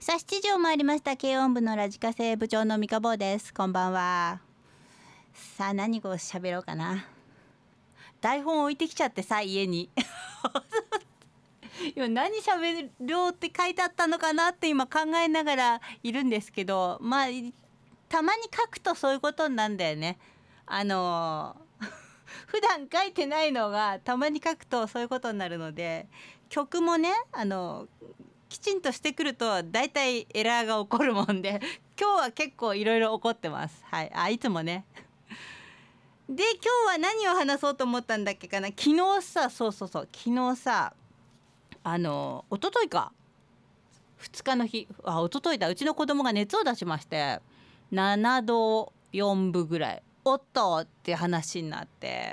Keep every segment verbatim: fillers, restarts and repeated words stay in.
さあしちじを回りました。軽音部のラジカセ部長のみかぼうです。こんばんは。さあ何を喋ろうかな。台本置いてきちゃってさ、家に今何喋ろうって書いてあったのかなって今考えながらいるんですけど、まあたまに書くとそういうことなんだよね。あの普段書いてないのがたまに書くとそういうことになるので、曲もね、あのきちんとしてくるとだいたいエラーが起こるもんで、今日は結構いろいろ起こってます。はい、あいつもね。で今日は何を話そうと思ったんだっけかな。昨日さ、そうそうそう、昨日さ、あの一昨日かふつかの日、あ一昨日だ、うちの子供が熱を出しまして、ななどよんぶぐらい、おっとって話になって、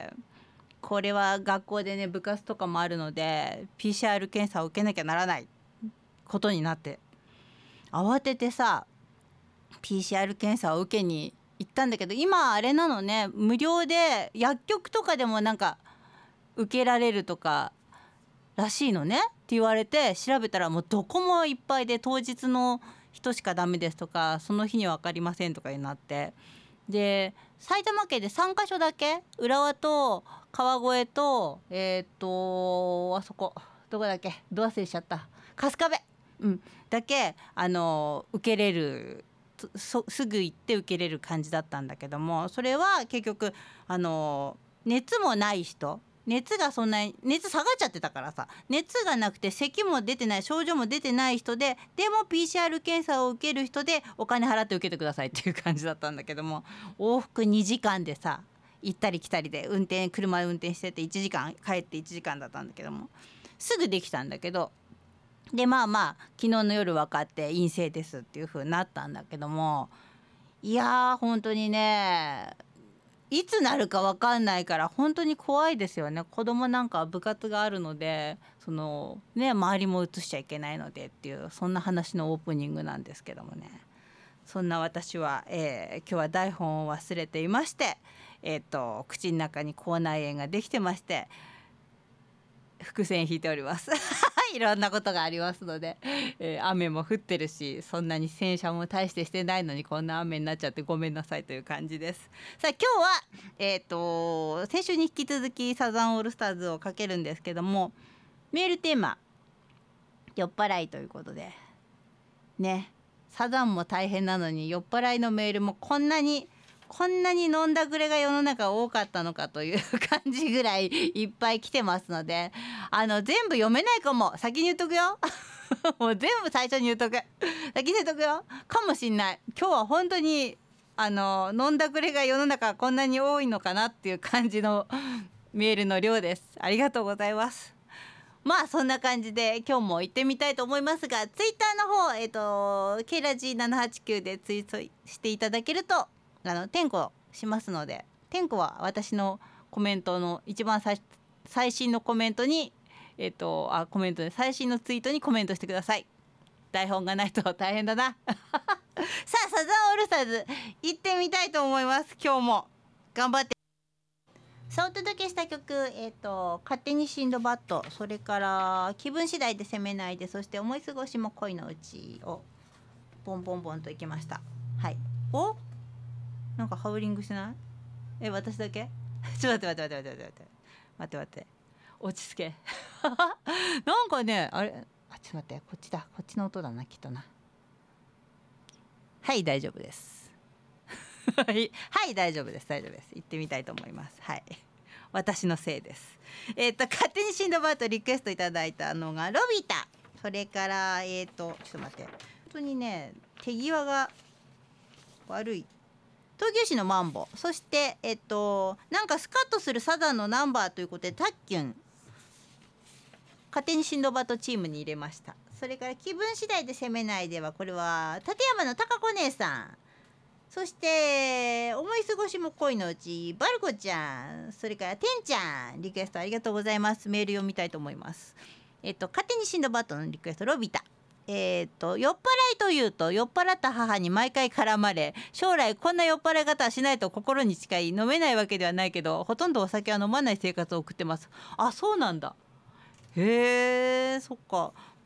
これは学校でね部活とかもあるので ピーシーアール 検査を受けなきゃならないことになって、慌ててさ ピーシーアール 検査を受けに行ったんだけど、今あれなのね、無料で薬局とかでもなんか受けられるとからしいのねって言われて、調べたらもうどこもいっぱいで、当日の人しかダメですとか、その日には分かりませんとかになって、で埼玉県でさんかしょだけ、浦和と川越とえっ、とあそこどこだっけ、ど忘れしちゃった、春日部、うん、だけあの受けれる、すぐ行って受けれる感じだったんだけども、それは結局あの熱もない人、熱がそんなに熱下がっちゃってたからさ、熱がなくて咳も出てない、症状も出てない人で、でも ピーシーアール 検査を受ける人でお金払って受けてくださいっていう感じだったんだけども、往復にじかんでさ、行ったり来たりで運転車運転してていちじかん、帰っていちじかんだったんだけども、すぐできたんだけど、でまあまあ昨日の夜分かって陰性ですっていう風になったんだけども、いやー本当にね、いつなるか分かんないから本当に怖いですよね。子供なんか部活があるので、そのね周りも移しちゃいけないのでっていう、そんな話のオープニングなんですけどもね。そんな私は、えー、今日は台本を忘れていまして、えー、と口の中に口内炎ができてまして、伏線引いておりますいろんなことがありますので、えー、雨も降ってるし、そんなに洗車も大してしてないのにこんな雨になっちゃってごめんなさいという感じです。さあ今日はえっ、と先週に引き続きサザンオールスターズをかけるんですけども、メールテーマ酔っ払いということでね、サザンも大変なのに酔っ払いのメールもこんなにこんなに飲んだくれが世の中多かったのかという感じぐらいいっぱい来てますので、あの全部読めないかも、先に言っとくよもう全部最初に言っとく、先に言っとくよ、かもしんない。今日は本当にあの飲んだくれが世の中こんなに多いのかなっていう感じのメールの量です。ありがとうございます。まあそんな感じで今日も行ってみたいと思いますが、ツイッターの方、えっ、と ケーラジーななはちきゅうでツイートしていただけるとあの転校しますので、転校は私のコメントの一番最最新のコメントにえっ、とあコメントで最新のツイートにコメントしてください。台本がないと大変だなさあサザンオールスターズ行ってみたいと思います。今日も頑張って。さあお届けした曲、えーと、勝手にシンドバッド、それから気分次第で責めないで、そして思い過ごしも恋のうちをボンボンボンといきました。はい。お、なんかハウリングしてない？え、私だけ？ちょっと待って待って待って待って待って待って待って落ち着けなんかね、あれ、あ、ちょっと待って、こっちだ、こっちの音だなきっとな。はい、大丈夫ですはい、はい、大丈夫です大丈夫です。行ってみたいと思います。はい、私のせいです。えっ、ー、と勝手にシンドバードリクエストいただいたのがロビタ、それからえっ、ー、とちょっと待って、本当にね手際が悪い闘牛士のマンボ、そしてえっ、ー、となんかスカッとするサザンのナンバーということでタッキュン、勝手にシンドバードチームに入れました。それから気分次第で責めないでは、これは立山の高子姉さん、そして思い過ごしも恋のうちバルコちゃん、それからてんちゃん、リクエストありがとうございます。メール読みたいと思います。えっと勝手にシンドバッドのリクエストロビタ、えっと酔っ払いというと酔っ払った母に毎回絡まれ、将来こんな酔っ払い方はしないと心に誓い、飲めないわけではないけどほとんどお酒は飲まない生活を送ってます。あ、そうなんだ。へえ、そっか。もと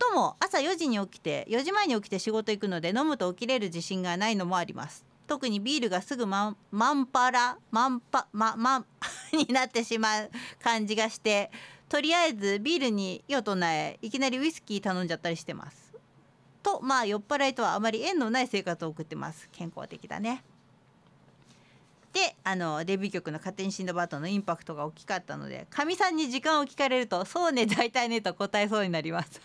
とも朝よじに起きてよじまえに起きて仕事行くので飲むと起きれる自信がないのもあります。特にビールがすぐマンマンパラマンパママンになってしまう感じがして、とりあえずビールに意を唱えいきなりウイスキー頼んじゃったりしてます。とまあ酔っ払いとはあまり縁のない生活を送ってます。健康的だね。であのデビュー曲の「勝手にシンドバッド」のインパクトが大きかったので、かみさんに時間を聞かれると「そうね大体ね」と答えそうになります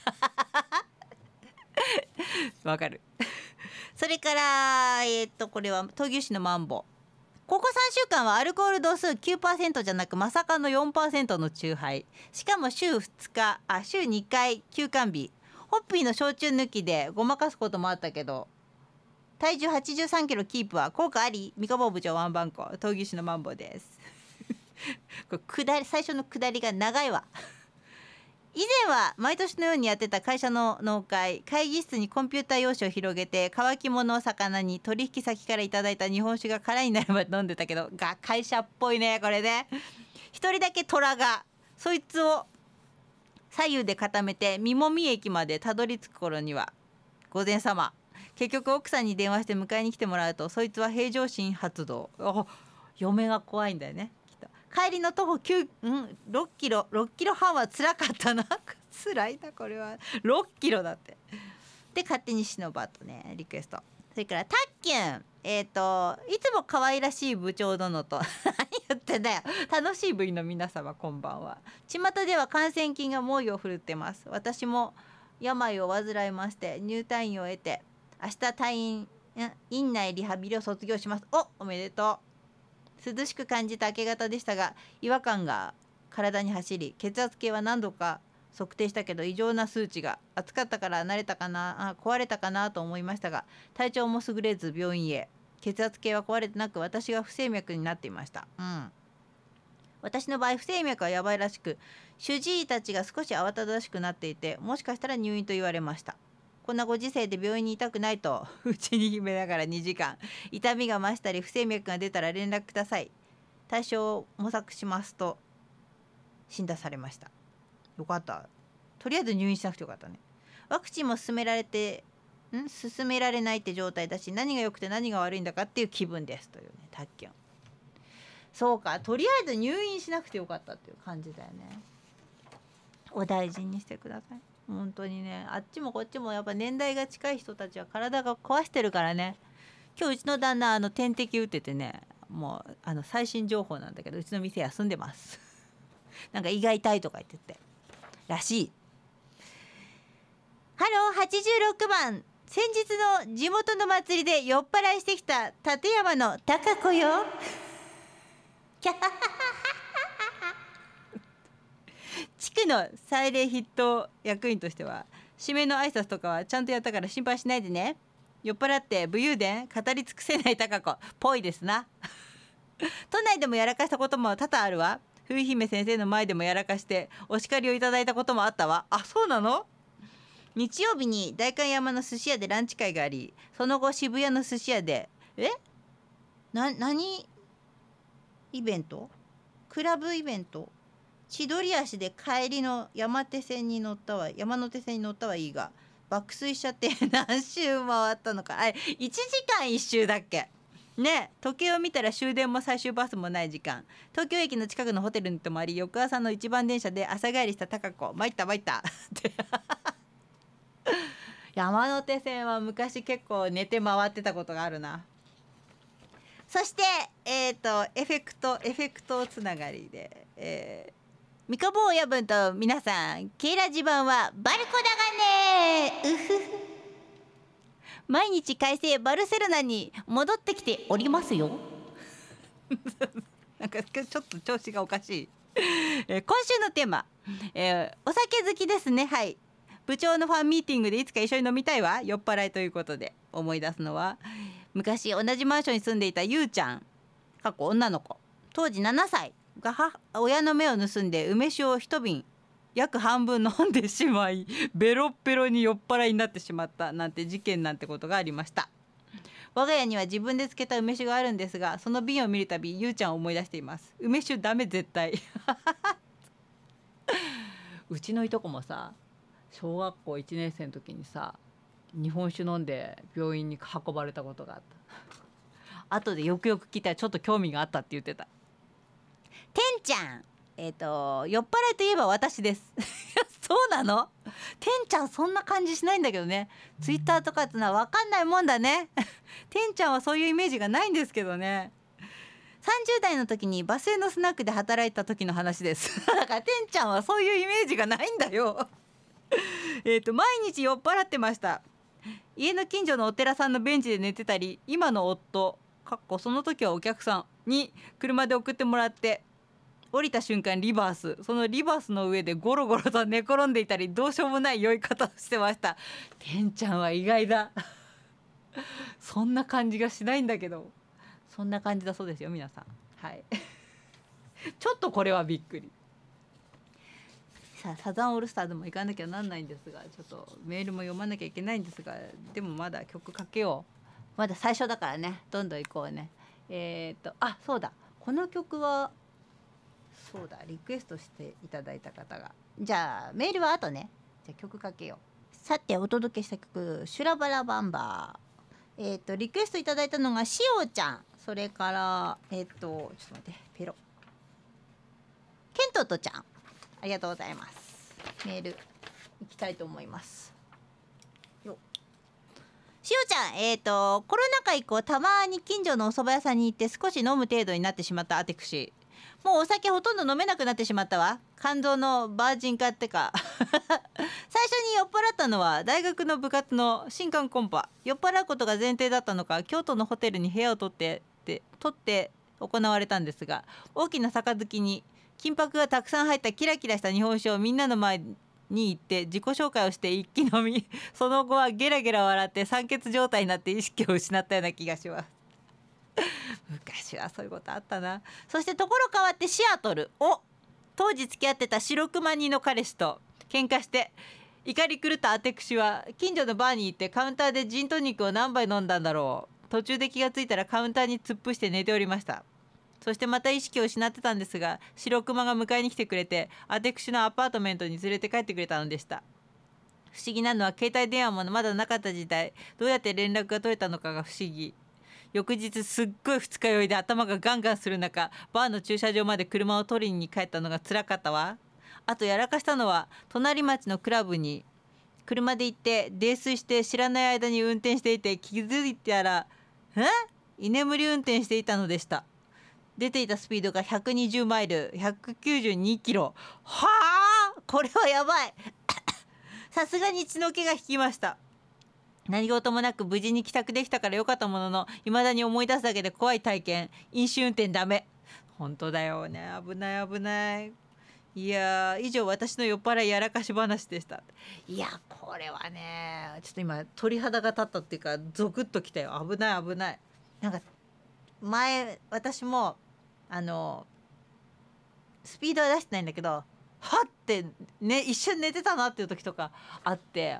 わかるそれからえっ、とこれは闘牛士のマンボ。ここさんしゅうかんはアルコール度数 きゅうパーセント じゃなくまさかの よんパーセント の酎ハイ。しかも週ふつかあ週にかい休館日。ホッピーの焼酎抜きでごまかすこともあったけど、体重はちじゅうさんキロキープは効果あり。三河部長ワンバンコ闘牛士のマンボですこれ下り最初の下りが長いわ以前は毎年のようにやってた会社の農会会議室にコンピューター用紙を広げて乾き物を魚に取引先からいただいた日本酒が空になるまで飲んでたけど、が会社っぽいねこれね。一人だけ虎がそいつを左右で固めて実もみ駅までたどり着く頃には午前様。結局奥さんに電話して迎えに来てもらうと、そいつは平常心発動。嫁が怖いんだよね。帰りの徒歩きゅう、うん、ろっキロろっキロはんは辛かったな辛いなこれはろっキロだって。で勝手にシノバとねリクエスト。それからタッキュンえっ、ー、といつも可愛らしい部長殿と何言ってんだよ。楽しい部員の皆様こんばんは。巷では感染菌が猛威を振るってます。私も病を患いまして入退院を得て明日退院院内リハビリを卒業します。おおめでとう。涼しく感じた明け方でしたが違和感が体に走り、血圧計は何度か測定したけど異常な数値が。暑かったから慣れたかなあ壊れたかなと思いましたが、体調も優れず病院へ。血圧計は壊れてなく私が不整脈になっていました。うん私の場合不整脈はやばいらしく、主治医たちが少し慌ただしくなっていて、もしかしたら入院と言われました。こんなご時世で病院にいたくないとうちに秘めながらにじかん、痛みが増したり不整脈が出たら連絡ください、対処を模索しますと診断されました。よかった。とりあえず入院しなくてよかったね。ワクチンも進められてん進められないって状態だし、何が良くて何が悪いんだかっていう気分ですというね。タッキョン。そうか、とりあえず入院しなくてよかったっていう感じだよね。お大事にしてください本当にね。あっちもこっちもやっぱ年代が近い人たちは体が壊してるからね。今日うちの旦那あの点滴打っててね、もうあの最新情報なんだけどうちの店休んでますなんか胃が痛いとか言っててらしい。ハローはちじゅうろくばん、先日の地元の祭りで酔っ払いしてきた立山の高子よ地区の祭礼筆頭役員としては締めの挨拶とかはちゃんとやったから心配しないでね。酔っ払って武勇伝語り尽くせない高子ぽいですな都内でもやらかしたことも多々あるわ。冬姫先生の前でもやらかしてお叱りをいただいたこともあったわ。あ、そうなの。日曜日に代官山の寿司屋でランチ会があり、その後渋谷の寿司屋でえな何イベントクラブイベント千鳥足で帰りの山手線に乗ったわ山手線に乗ったはいいが爆睡しちゃって何周回ったのか。あれいちじかんいっ周だっけね。時計を見たら終電も最終バスもない時間。東京駅の近くのホテルに泊まり、翌朝の一番電車で朝帰りした高子。参った参った山手線は昔結構寝て回ってたことがあるな。そしてえっ、ー、とエフェクトエフェクトつながりで、えー三河坊親分と皆さん、ケイラジ版はバルコだがねうふふ毎日快晴バルセロナに戻ってきておりますよなんかちょっと調子がおかしい、えー、今週のテーマ、えー、お酒好きですね。はい、部長のファンミーティングでいつか一緒に飲みたいわ。酔っ払いということで思い出すのは昔同じマンションに住んでいたゆうちゃん過去女の子当時ななさいが親の目を盗んで梅酒を一瓶約半分飲んでしまいベロッベロに酔っ払いになってしまったなんて事件なんてことがありました。我が家には自分で漬けた梅酒があるんですが、その瓶を見るたびゆうちゃんを思い出しています。梅酒ダメ絶対うちのいとこもさ小学校いちねん生の時にさ、日本酒飲んで病院に運ばれたことがあった。後でよくよく聞いたらちょっと興味があったって言ってた。てんちゃん、えっ、と酔っ払いといえば私ですそうなの？てんちゃんそんな感じしないんだけどね。ツイッターとかってのは分かんないもんだねてんちゃんはそういうイメージがないんですけどね。さんじゅう代の時にバスへのスナックで働いた時の話ですだからてんちゃんはそういうイメージがないんだよえっと毎日酔っ払ってました。家の近所のお寺さんのベンチで寝てたり、今の夫かっこその時はお客さんに車で送ってもらって、降りた瞬間リバース、そのリバースの上でゴロゴロと寝転んでいたり、どうしようもない酔い方をしてました。てんちゃんは意外だそんな感じがしないんだけど、そんな感じだそうですよ皆さん。はいちょっとこれはびっくり。さあサザンオールスターでも行かなきゃなんないんですが、ちょっとメールも読まなきゃいけないんですが、でもまだ曲かけよう。まだ最初だからね、どんどん行こうね。えっとあそうだ、この曲はそうだ、リクエストしていただいた方が、じゃあメールは後ね。じゃあ曲かけよう。さてお届けした曲、シュラバラバンバー。えっ、とリクエストいただいたのがしおちゃん、それからえっ、とちょっと待って、ペロケントとちゃん、ありがとうございます。メールいきたいと思います。よしおちゃん、えっ、とコロナ禍以降たまに近所のお蕎麦屋さんに行って少し飲む程度になってしまったアテクシー。もうお酒ほとんど飲めなくなってしまったわ。肝臓のバージン化ってか最初に酔っ払ったのは大学の部活の新歓コンパ。酔っ払うことが前提だったのか、京都のホテルに部屋を取ってって取って行われたんですが、大きな杯に金箔がたくさん入ったキラキラした日本酒をみんなの前に行って自己紹介をして一気飲みその後はゲラゲラ笑って酸欠状態になって意識を失ったような気がします昔はそういうことあったな。そしてところ変わってシアトル、お当時付き合ってた白熊煮の彼氏と喧嘩して怒り狂ったアテクシは近所のバーに行ってカウンターでジントニックを何杯飲んだんだろう。途中で気がついたらカウンターに突っ伏して寝ておりました。そしてまた意識を失ってたんですが、白熊が迎えに来てくれてアテクシのアパートメントに連れて帰ってくれたのでした。不思議なのは携帯電話もまだなかった時代、どうやって連絡が取れたのかが不思議。翌日すっごい二日酔いで頭がガンガンする中、バーの駐車場まで車を取りに帰ったのが辛かったわ。あとやらかしたのは隣町のクラブに車で行って泥酔して知らない間に運転していて、気づいたらえ居眠り運転していたのでした。出ていたスピードがひゃくにじゅうマイル、ひゃくきゅうじゅうにキロ。はあこれはやばいさすがに血の気が引きました。何事もなく無事に帰宅できたからよかったものの、未だに思い出すだけで怖い体験。飲酒運転ダメ。本当だよね、危ない危ない。いやー、以上私の酔っ払いやらかし話でした。いやこれはね、ちょっと今鳥肌が立ったっていうかゾクッときたよ。危ない危ない。なんか前私もあのスピードは出してないんだけど、はってね一瞬寝てたなっていう時とかあって、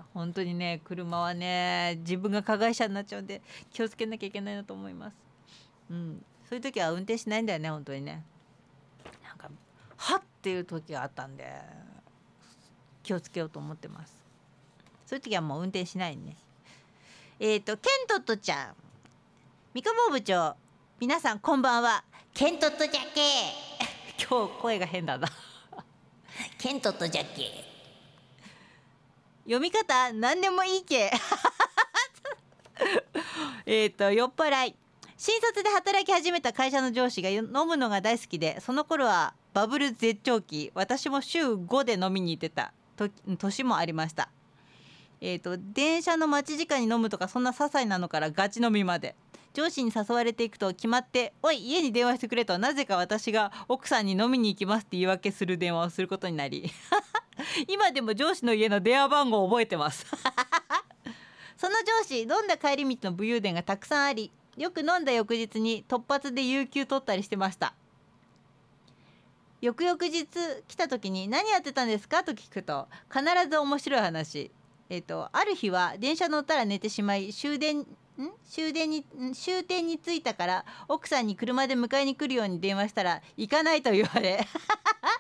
本当にね車はね自分が加害者になっちゃうんで気をつけなきゃいけないなと思います。うん、そういう時は運転しないんだよね本当にね。なんかはっていう時があったんで気をつけようと思ってます。そういう時はもう運転しないね。えっ、ー、とケントットちゃん、三河部長、皆さんこんばんは。ケントットじゃけ今日声が変だなケントットじゃけ読み方何でもいいけえっと酔っ払い。新卒で働き始めた会社の上司が飲むのが大好きで、その頃はバブル絶頂期。私も週ごで飲みに行ってたと年もありました。えーと電車の待ち時間に飲むとか、そんな些細なのからガチ飲みまで。上司に誘われていくと決まって「おい家に電話してくれ」と、なぜか私が奥さんに飲みに行きますって言い訳する電話をすることになり今でも上司の家の電話番号を覚えてますその上司、飲んだ帰り道の武勇伝がたくさんあり、よく飲んだ翌日に突発で有給取ったりしてました。翌々日来た時に何やってたんですかと聞くと必ず面白い話。えーとある日は電車乗ったら寝てしまい、終電ん終電に終点に着いたから奥さんに車で迎えに来るように電話したら行かないと言われ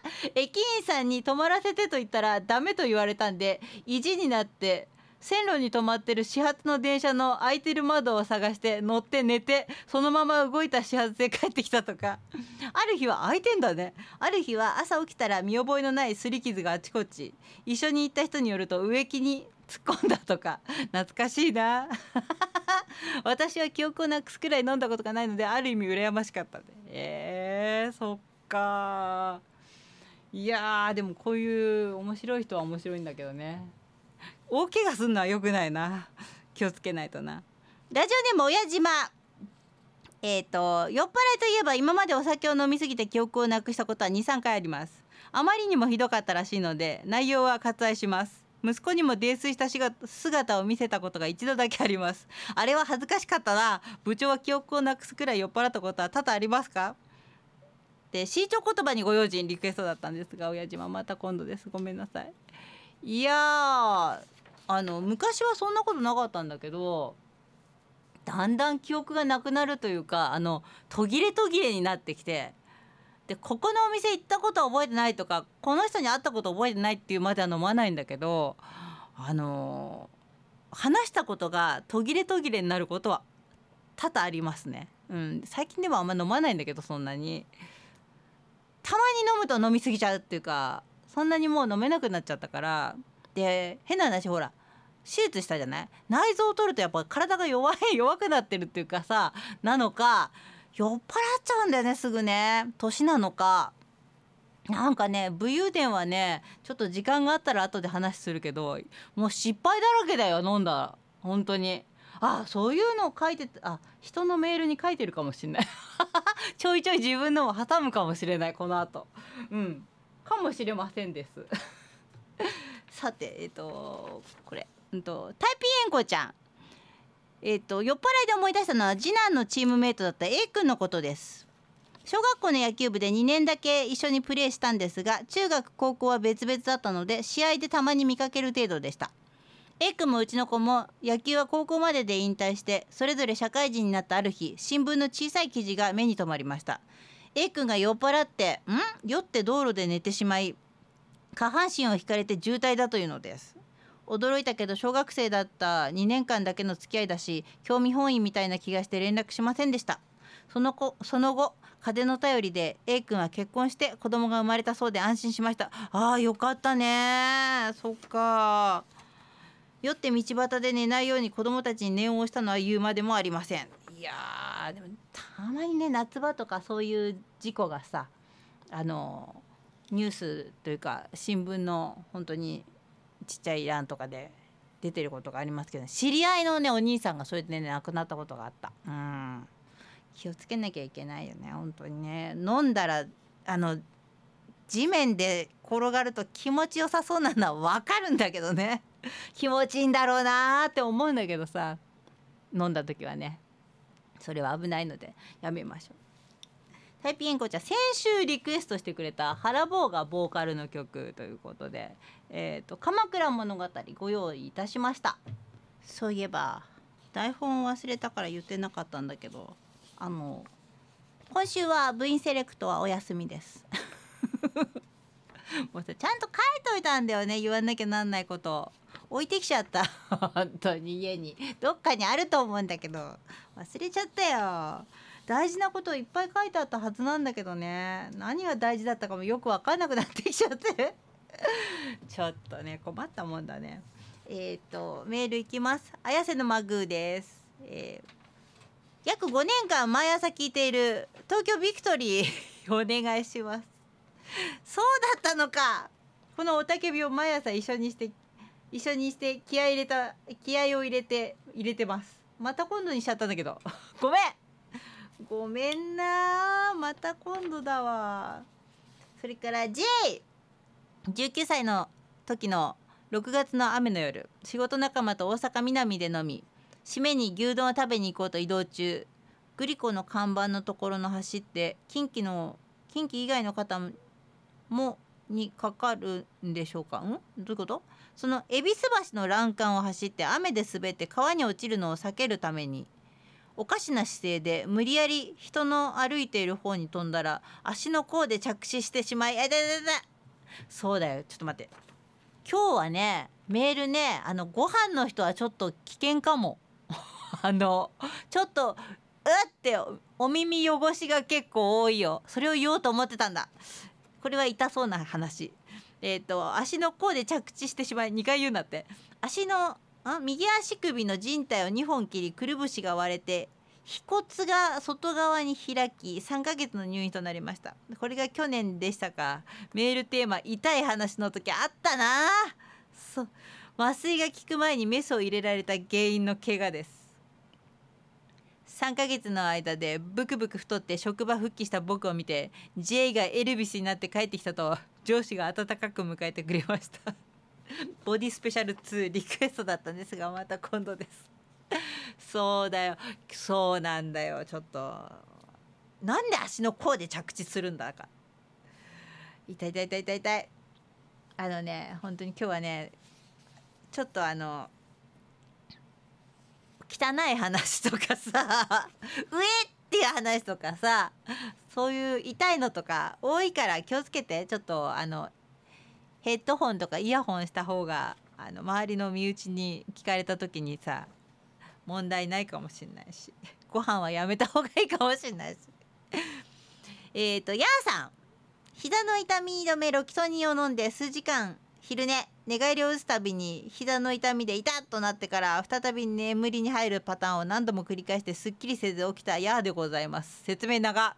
駅員さんに泊まらせてと言ったらダメと言われたんで、意地になって線路に止まってる始発の電車の開いてる窓を探して乗って寝て、そのまま動いた始発で帰ってきたとか。ある日は開いてんだね。ある日は朝起きたら見覚えのない擦り傷があちこち。一緒に行った人によると植木に突っ込んだとか。懐かしいな。私は記憶をなくすくらい飲んだことがないので、ある意味羨ましかったね。えー、そっか。いやー、でもこういう面白い人は面白いんだけどね。大怪我すんのは良くないな。気をつけないとな。ラジオネーム親島。えっ、と酔っ払いといえば今までお酒を飲みすぎて記憶をなくしたことは にさんかいあります。あまりにもひどかったらしいので内容は割愛します。息子にも泥酔した姿を見せたことが一度だけあります。あれは恥ずかしかったな。部長は記憶をなくすくらい酔っ払ったことは多々ありますか？で、シーチョ言葉にご用心リクエストだったんですが、親島また今度です。ごめんなさい。いやー、あの昔はそんなことなかったんだけど、だんだん記憶がなくなるというか、あの途切れ途切れになってきて、でここのお店行ったことは覚えてないとか、この人に会ったこと覚えてないっていうまでは飲まないんだけど、あのー話したことが途切れ途切れになることは多々ありますね。うん、最近でもあんま飲まないんだけど、そんなにたまに飲むと飲みすぎちゃうっていうか、そんなにもう飲めなくなっちゃったから。で変な話、ほら手術したじゃない。内臓を取るとやっぱ体が弱い弱くなってるっていうかさ、なのか酔っ払っちゃうんだよね、すぐね。年なのかなんかね。武勇伝はね、ちょっと時間があったら後で話するけど、もう失敗だらけだよ、飲んだら。本当に。あ、そういうのを書いてて、あ、人のメールに書いてるかもしんない。ちょいちょい自分のも挟むかもしれない、この後。うんかもしれませんです。さて、えっとこれ、うんとタイピーエンコちゃん。えっと酔っ払いで思い出したのは次男のチームメイトだった A 君のことです。小学校の野球部でにねんだけ一緒にプレーしたんですが、中学高校は別々だったので試合でたまに見かける程度でした。 A 君もうちの子も野球は高校までで引退して、それぞれ社会人になったある日、新聞の小さい記事が目に留まりました。 A 君が酔っ払ってん酔って道路で寝てしまい、下半身を引かれて重体だというのです。驚いたけど小学生だったにねんかんだけの付き合いだし、興味本位みたいな気がして連絡しませんでした。その子その後風の頼りで A 君は結婚して子供が生まれたそうで安心しました。あーよかったね。そっか。酔って道端で寝ないように子供たちに念を押したのは言うまでもありません。いやーでもたまにね、夏場とかそういう事故がさ、あのニュースというか新聞の本当にちっちゃい欄とかで出てることがありますけど、知り合いのねお兄さんがそれでね亡くなったことがあった。うん、気をつけなきゃいけないよね、本当にね。飲んだらあの地面で転がると気持ちよさそうなのは分かるんだけどね。気持ちいいんだろうなーって思うんだけどさ、飲んだ時はね、それは危ないのでやめましょう。タイピーエンコちゃん、先週リクエストしてくれたハラボーがボーカルの曲ということで、えーと鎌倉物語ご用意いたしました。そういえば台本忘れたから言ってなかったんだけど、あの今週は部員セレクトはお休みです。もうさ、ちゃんと書いといたんだよね、言わなきゃなんないこと。置いてきちゃった。本当に家にどっかにあると思うんだけど忘れちゃったよ。大事なこといっぱい書いてあったはずなんだけどね、何が大事だったかもよく分かんなくなってきちゃって。ちょっとね困ったもんだね。えっ、ー、とメールいきます。綾瀬のマグーです。えー、約ごねんかん毎朝聞いている東京ビクトリーお願いします。そうだったのか。この雄たけびを毎朝一緒にして一緒にして気合い入れた気合を入れて入れてます。また今度にしちゃったんだけどごめんごめんな、また今度だわ。それから J、 じゅうきゅうさいの時のろくがつの雨の夜、仕事仲間と大阪南で飲み、締めに牛丼を食べに行こうと移動中、グリコの看板のところの走って近畿の近畿以外の方もにかかるんでしょうか。んどういうこと。その恵比寿橋の欄干を走って雨で滑って川に落ちるのを避けるためにおかしな姿勢で無理やり人の歩いている方に飛んだら足の甲で着地してしまい、あだだだだ。そうだよ、ちょっと待って。今日はねメールね、あのご飯の人はちょっと危険かもあのちょっとうってお耳汚しが結構多いよ。それを言おうと思ってたんだ。これは痛そうな話。えっ、ー、と足の甲で着地してしまい、にかい言うんだって。足のあ右足首の靭帯をにほん切り、くるぶしが割れて腓骨が外側に開きさんかげつの入院となりました。これが去年でしたか。メールテーマ痛い話の時あったな。そう、麻酔が効く前にメスを入れられた原因の怪我です。さんかげつの間でブクブク太って職場復帰した僕を見て ジェイ がエルビスになって帰ってきたと上司が温かく迎えてくれましたボディスペシャルにリクエストだったんですが、また今度ですそうだよ、そうなんだよ。ちょっとなんで足の甲で着地するんだか。痛い痛い痛い痛い痛い。あのね本当に今日はねちょっとあの汚い話とかさ上っていう話とかさ、そういう痛いのとか多いから気をつけて。ちょっとあのヘッドホンとかイヤホンした方があの周りの身内に聞かれた時にさ問題ないかもしれないし、ご飯はやめた方がいいかもしれないしえっとやーさん、膝の痛み止めロキソニンを飲んで数時間昼寝寝返りを打つたびに膝の痛みで痛っとなってから再び眠りに入るパターンを何度も繰り返してすっきりせず起きたやーでございます。説明長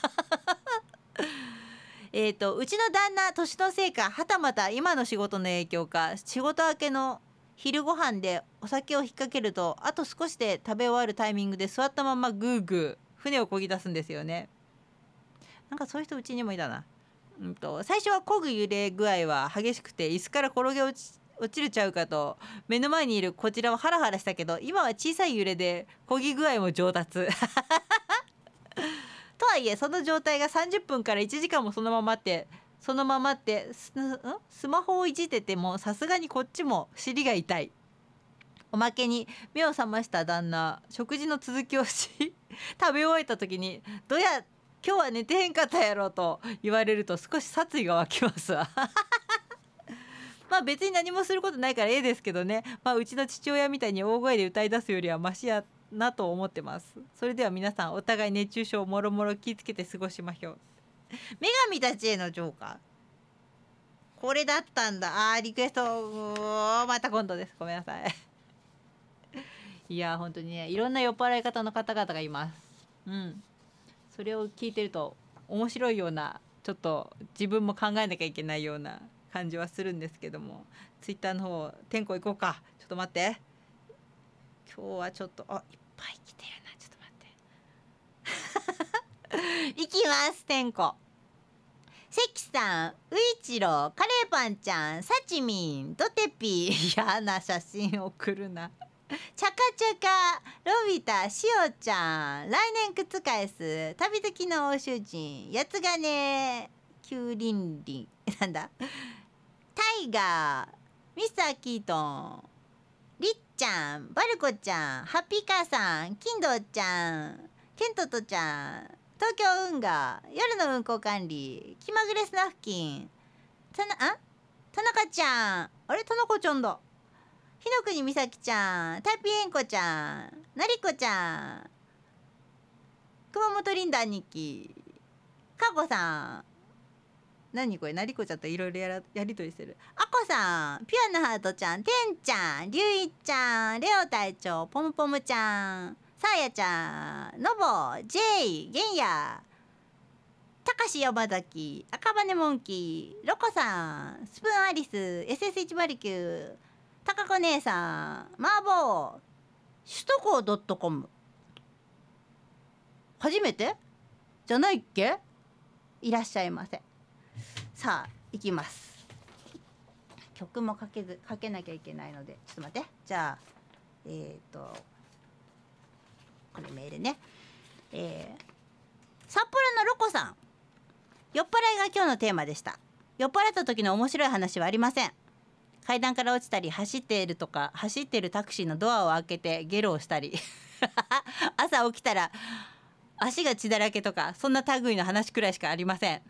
えっとうちの旦那年のせいかはたまた今の仕事の影響か仕事明けの昼ご飯でお酒を引っ掛けるとあと少しで食べ終わるタイミングで座ったままグーグー船を漕ぎ出すんですよね。なんかそういう人うちにもいたな。うんと最初は漕ぐ揺れ具合は激しくて椅子から転げ落ち落ちるちゃうかと目の前にいるこちらはハラハラしたけど、今は小さい揺れで漕ぎ具合も上達とはいえその状態がさんじゅっぷんからいちじかんもそのままってそのままってス, スマホをいじっててもさすがにこっちも尻が痛い。おまけに目を覚ました旦那食事の続きをし食べ終えた時にどや今日は寝てへんかったやろと言われると少し殺意が湧きますわまあ別に何もすることないからええですけどね、まあ、うちの父親みたいに大声で歌い出すよりはマシやなと思ってます。それでは皆さんお互い熱中症もろもろ気をつけて過ごしましょう。女神たちへのジョーカー、これだったんだ。あーリクエストまた今度です、ごめんなさいいや本当にねいろんな酔っ払い方の方々がいます。うんそれを聞いてると面白いようなちょっと自分も考えなきゃいけないような感じはするんですけども、ツイッターの方天候行こうか。ちょっと待って、今日はちょっとあいっぱい来てるな。ちょっと待っていきます天候。関さん、ういちろう、カレーパンちゃん、さちみん、ドテピー嫌な写真送るなチャカチャカ、ロビタ、しおちゃん、来年靴返す、旅好きの欧州人、八つ金、キュウリンリン、なんだ、タイガー、ミスターキートン、りっちゃん、バルコちゃん、ハッピーカーさん、金堂ちゃん、ケントトちゃん、東京運河、夜の運行管理、気まぐれスナフキン、たな、あ田中ちゃん、あれ田中ちゃんだ。日の国美咲ちゃん、タイピエンコちゃん、なりこちゃん、熊本リンダ兄貴、かこさん、何これなりこちゃんといろいろやらやりとりしてる。あこさん、ピュアなハートちゃん、てんちゃん、りゅういちゃん、レオ隊長、ポムポムちゃん、さあやちゃん、のぼ、ジェイ、ゲンヤ、たかし山崎、赤羽モンキー、ロコさん、スプーンアリス、エスエスいちまるきゅう、たかこ姉さん、マーボー、首都高 .com 初めてじゃないっけ。いらっしゃいませ。さあ行きます。曲もかけずかけなきゃいけないのでちょっと待って。じゃあえっ、ー、とこれメールね、えー、札幌のロコさん、酔っ払いが今日のテーマでした。酔っ払った時の面白い話はありません。階段から落ちたり走っているとか走っているタクシーのドアを開けてゲロをしたりあ朝起きたら足が血だらけとか、そんな類の話くらいしかありません。ん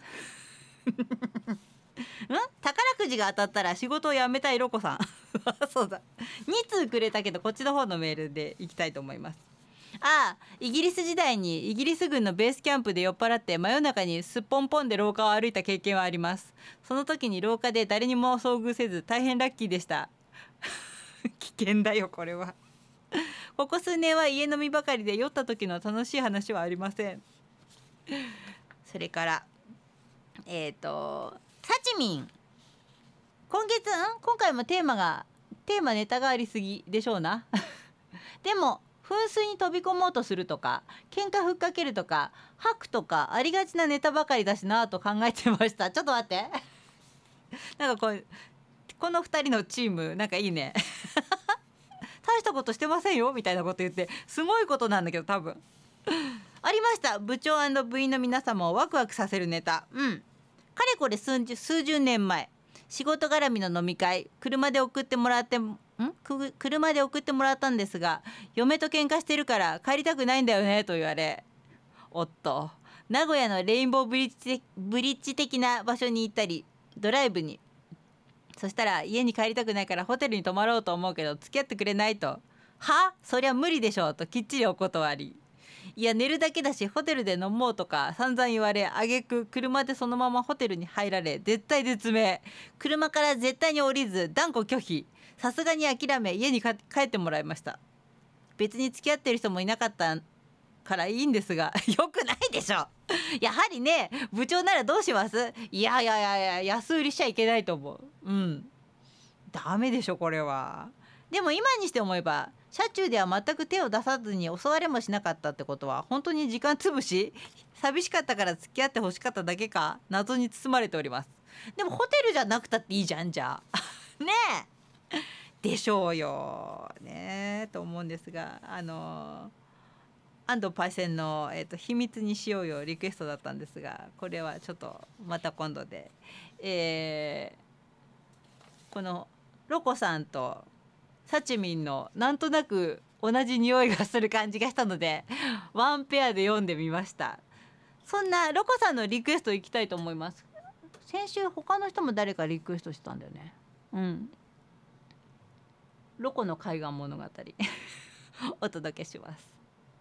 宝くじが当たったら仕事を辞めたいロコさんそうだ、に通くれたけどこっちの方のメールでいきたいと思います。ああ、イギリス時代にイギリス軍のベースキャンプで酔っ払って真夜中にすっぽんぽんで廊下を歩いた経験はあります。その時に廊下で誰にも遭遇せず大変ラッキーでした危険だよこれはここ数年は家飲みばかりで酔った時の楽しい話はありません。それからえっ、ー、とサチミン、今月ん今回もテーマがテーマネタがありすぎでしょうなでも噴水に飛び込もうとするとか喧嘩ふっかけるとか吐くとかありがちなネタばかりだしなと考えてました。ちょっと待ってなんかこうこのふたりのチームなんかいいね大したことしてませんよみたいなこと言ってすごいことなんだけど、多分ありました。部長&部員の皆様をワクワクさせるネタ。うんかれこれ数十、数十年前、仕事絡みの飲み会、車で送ってもらってんく車で送ってもらったんですが、嫁と喧嘩してるから帰りたくないんだよねと言われ、おっと、名古屋のレインボーブリッジブリッジ的な場所に行ったりドライブに、そしたら家に帰りたくないからホテルに泊まろうと思うけど付き合ってくれないと、はそりゃ無理でしょうときっちりお断り。いや寝るだけだしホテルで飲もうとか散々言われ、挙句車でそのままホテルに入られ、絶対絶命、車から絶対に降りず断固拒否、さすがに諦め家に帰ってもらいました。別に付き合ってる人もいなかったからいいんですがよくないでしょやはりね、部長ならどうします？いやいやいやいや、安売りしちゃいけないと思う。うんダメでしょこれは。でも今にして思えば車中では全く手を出さずに襲われもしなかったってことは本当に時間つぶし、寂しかったから付き合ってほしかっただけか、謎に包まれております。でもホテルじゃなくたっていいじゃんじゃあねえでしょうよねと思うんですが、あの安藤パイセンの、えーと「秘密にしようよ」リクエストだったんですが、これはちょっとまた今度で、えー、このロコさんとサチミンのなんとなく同じ匂いがする感じがしたのでワンペアで読んでみました。そんなロコさんのリクエストいきたいと思います。先週他の人も誰かリクエストしたんだよね。うんロコの海岸物語お届けします。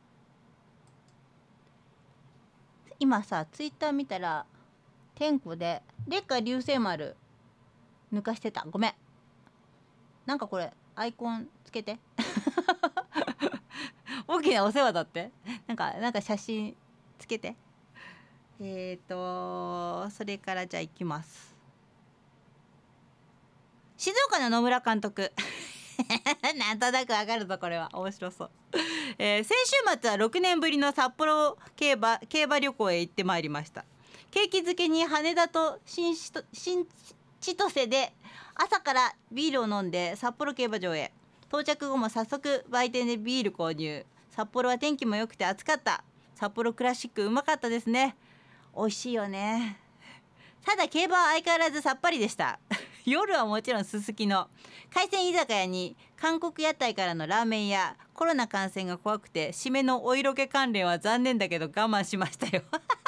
今さツイッター見たら天候ででっか流星丸抜かしてた。ごめん、なんかこれアイコンつけて大きなお世話だって。なんかなんか写真つけて。えっ、ー、とそれからじゃあ行きます。静岡の野村監督なんとなくわかるぞこれは面白そう、えー、先週末はろくねんぶりの札幌競馬競馬旅行へ行ってまいりました。景気づけに羽田と新千歳で朝からビールを飲んで札幌競馬場へ到着後も早速売店でビール購入。札幌は天気も良くて暑かった。札幌クラシックうまかったですね。美味しいよね。ただ競馬は相変わらずさっぱりでした夜はもちろんすすきの海鮮居酒屋に韓国屋台からのラーメン屋。コロナ感染が怖くて締めのお色気関連は残念だけど我慢しましたよ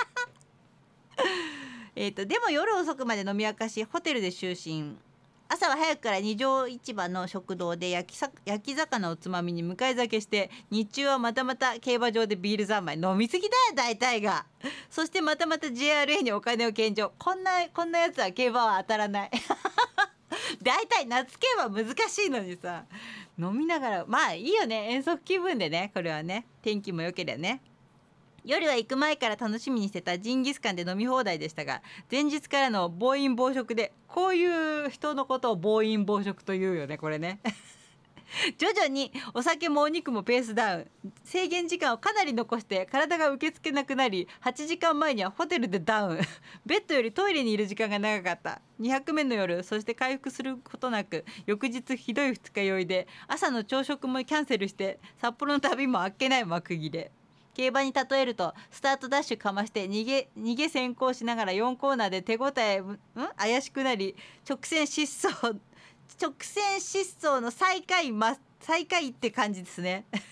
えとでも夜遅くまで飲み明かしホテルで就寝。朝は早くから二条市場の食堂で焼きさ焼き魚をつまみに向かい酒して、日中はまたまた競馬場でビール三昧。飲みすぎだよ大体が。そしてまたまた ジェイアールエー にお金を献上。こんなこんなやつは競馬は当たらない大体夏競馬難しいのにさ、飲みながらまあいいよね、遠足気分でね。これはね天気も良ければね。夜は行く前から楽しみにしてたジンギスカンで飲み放題でしたが、前日からの暴飲暴食で、こういう人のことを暴飲暴食というよねこれね徐々にお酒もお肉もペースダウン。制限時間をかなり残して体が受け付けなくなり、はちじかんまえにはホテルでダウンベッドよりトイレにいる時間が長かった。にひゃくめの夜、そして回復することなく翌日ひどい二日酔いで、朝の朝食もキャンセルして札幌の旅もあっけない幕切れ。競馬に例えるとスタートダッシュかまして逃げ逃げ先行しながらよんコーナーで手応えん怪しくなり、直線疾走直線疾走の最下位、ま、最下位って感じですね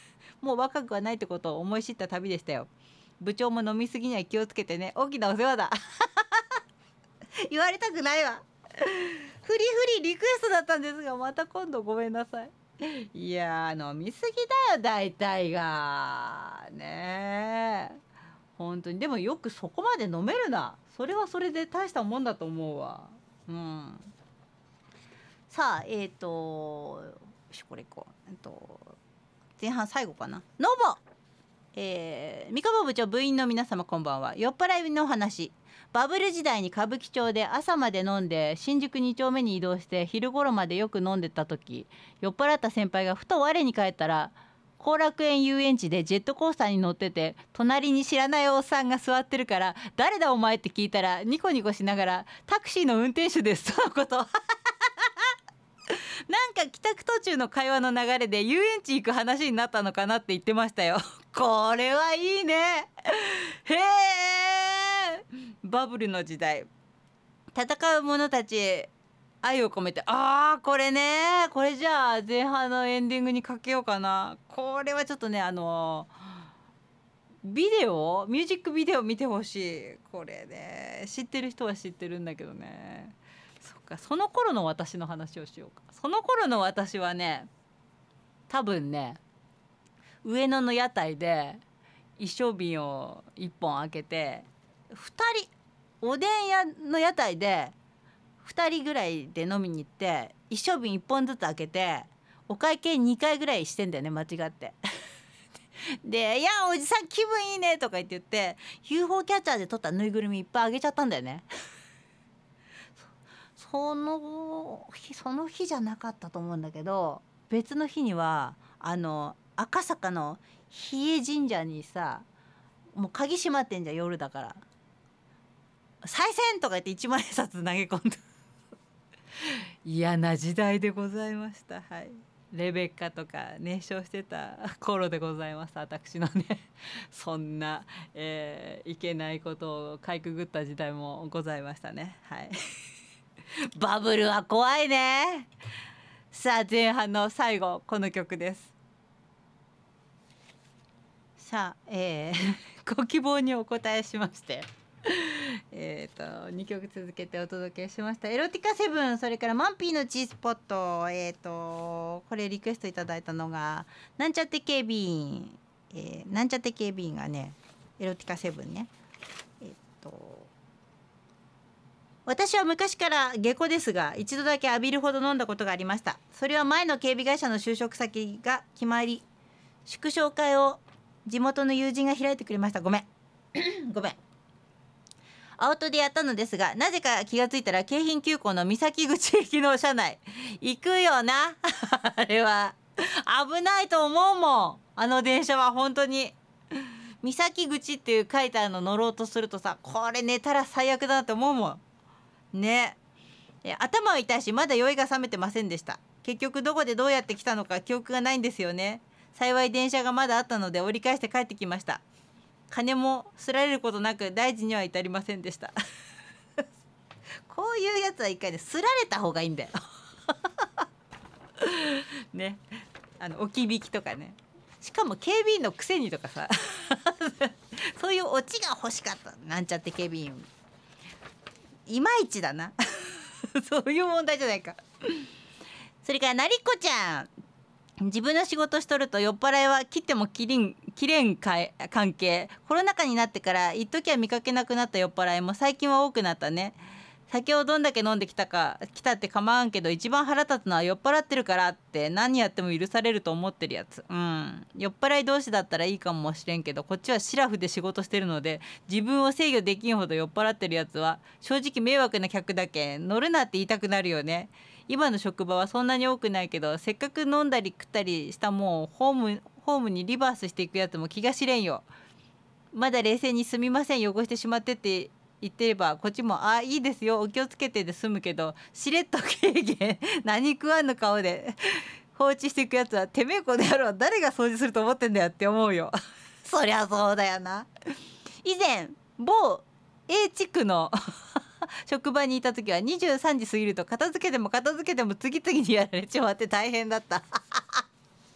もう若くはないってことを思い知った旅でしたよ。部長も飲みすぎには気をつけてね、大きなお世話だ言われたくないわフリフリリクエストだったんですが、また今度ごめんなさい。いやー、飲みすぎだよ大体がねえ、本当に。でもよくそこまで飲めるな。それはそれで大したもんだと思うわ。うん。さあ、えっ、ー、とこれいこう、えっと前半最後かな。ノボ、えー、三河部長、部員の皆様こんばんは。酔っ払いの話。バブル時代に歌舞伎町で朝まで飲んで新宿に丁目に移動して昼頃までよく飲んでた時、酔っ払った先輩がふと我に返ったら後楽園遊園地でジェットコースターに乗ってて、隣に知らないおっさんが座ってるから「誰だお前」って聞いたらニコニコしながら「タクシーの運転手です」とのことなんか帰宅途中の会話の流れで遊園地行く話になったのかなって言ってましたよこれはいいね。へえ、バブルの時代、戦う者たち愛を込めて、あーこれね、これじゃあ前半のエンディングにかけようかな。これはちょっとね、あのビデオミュージックビデオ見てほしい。これね、知ってる人は知ってるんだけどね。そっか、その頃の私の話をしようか。その頃の私はね、多分ね、上野の屋台で一升瓶をいっぽん開けて、ふたりおでん屋の屋台でふたりぐらいで飲みに行って一升瓶いっぽんずつ開けてお会計にかいぐらいしてんだよね、間違ってで「いやおじさん気分いいね」とか言って言って ユーフォー キャッチャーで取ったぬいぐるみいっぱいあげちゃったんだよねその日その日じゃなかったと思うんだけど、別の日にはあの赤坂の日枝神社にさ、もう鍵閉まってんじゃん、夜だから「さい銭」とか言っていちまん円札投げ込んだ嫌な時代でございました。はい、レベッカとか熱唱してた頃でございます、私のねそんな、えー、いけないことをかいくぐった時代もございましたね。はいバブルは怖いね。さあ前半の最後、この曲です。さあ、えー、ご希望にお答えしましてえとにきょく続けてお届けしました。エロティカセブン、それからマンピーの G スポット、えーとこれリクエストいただいたのがなんちゃって警備員、えー、なんちゃって警備員がね、エロティカセブンね。えっ、ー、と私は昔から下戸ですが一度だけ浴びるほど飲んだことがありました。それは前の警備会社の就職先が決まり、祝勝会を地元の友人が開いてくれました。ごめんごめん青戸でやったのですが、なぜか気がついたら京浜急行の三崎口行きの車内、行くよなあれは危ないと思うもん、あの電車は。本当に三崎口っていう書いてあるの乗ろうとするとさ、これ寝たら最悪だなって思うもんね。え頭は痛いしまだ酔いが覚めてませんでした。結局どこでどうやって来たのか記憶がないんですよね。幸い電車がまだあったので折り返して帰ってきました。金もすられることなく大事には至りませんでしたこういうやつは一回ですられた方がいいんだよね、あの置き引きとかね、しかも警備員のくせにとかさそういうオチが欲しかった。なんちゃって警備員いまいちだなそういう問題じゃないかそれからなりこちゃん、自分の仕事しとると酔っ払いは切っても切りん切れんか関係。コロナ禍になってから一時は見かけなくなった酔っ払いも最近は多くなったね。酒をどんだけ飲んできたか来たって構わんけど、一番腹立つのは酔っ払ってるからって何やっても許されると思ってるやつ。うん酔っ払い同士だったらいいかもしれんけど、こっちはシラフで仕事してるので自分を制御できんほど酔っ払ってるやつは正直迷惑な客だけ乗るなって言いたくなるよね。今の職場はそんなに多くないけど、せっかく飲んだり食ったりしたもんをホームホームにリバースしていくやつも気が知れんよ。まだ冷静にすみません汚してしまってって言ってればこっちもあいいですよお気をつけてで済むけど、しれっと軽減何食わんの顔で放置していくやつはてめえこの野郎誰が掃除すると思ってんだよって思うよそりゃそうだよな。以前某 A 地区の職場にいた時はにじゅうさんじ過ぎると片付けても片付けても次々にやられちまって大変だった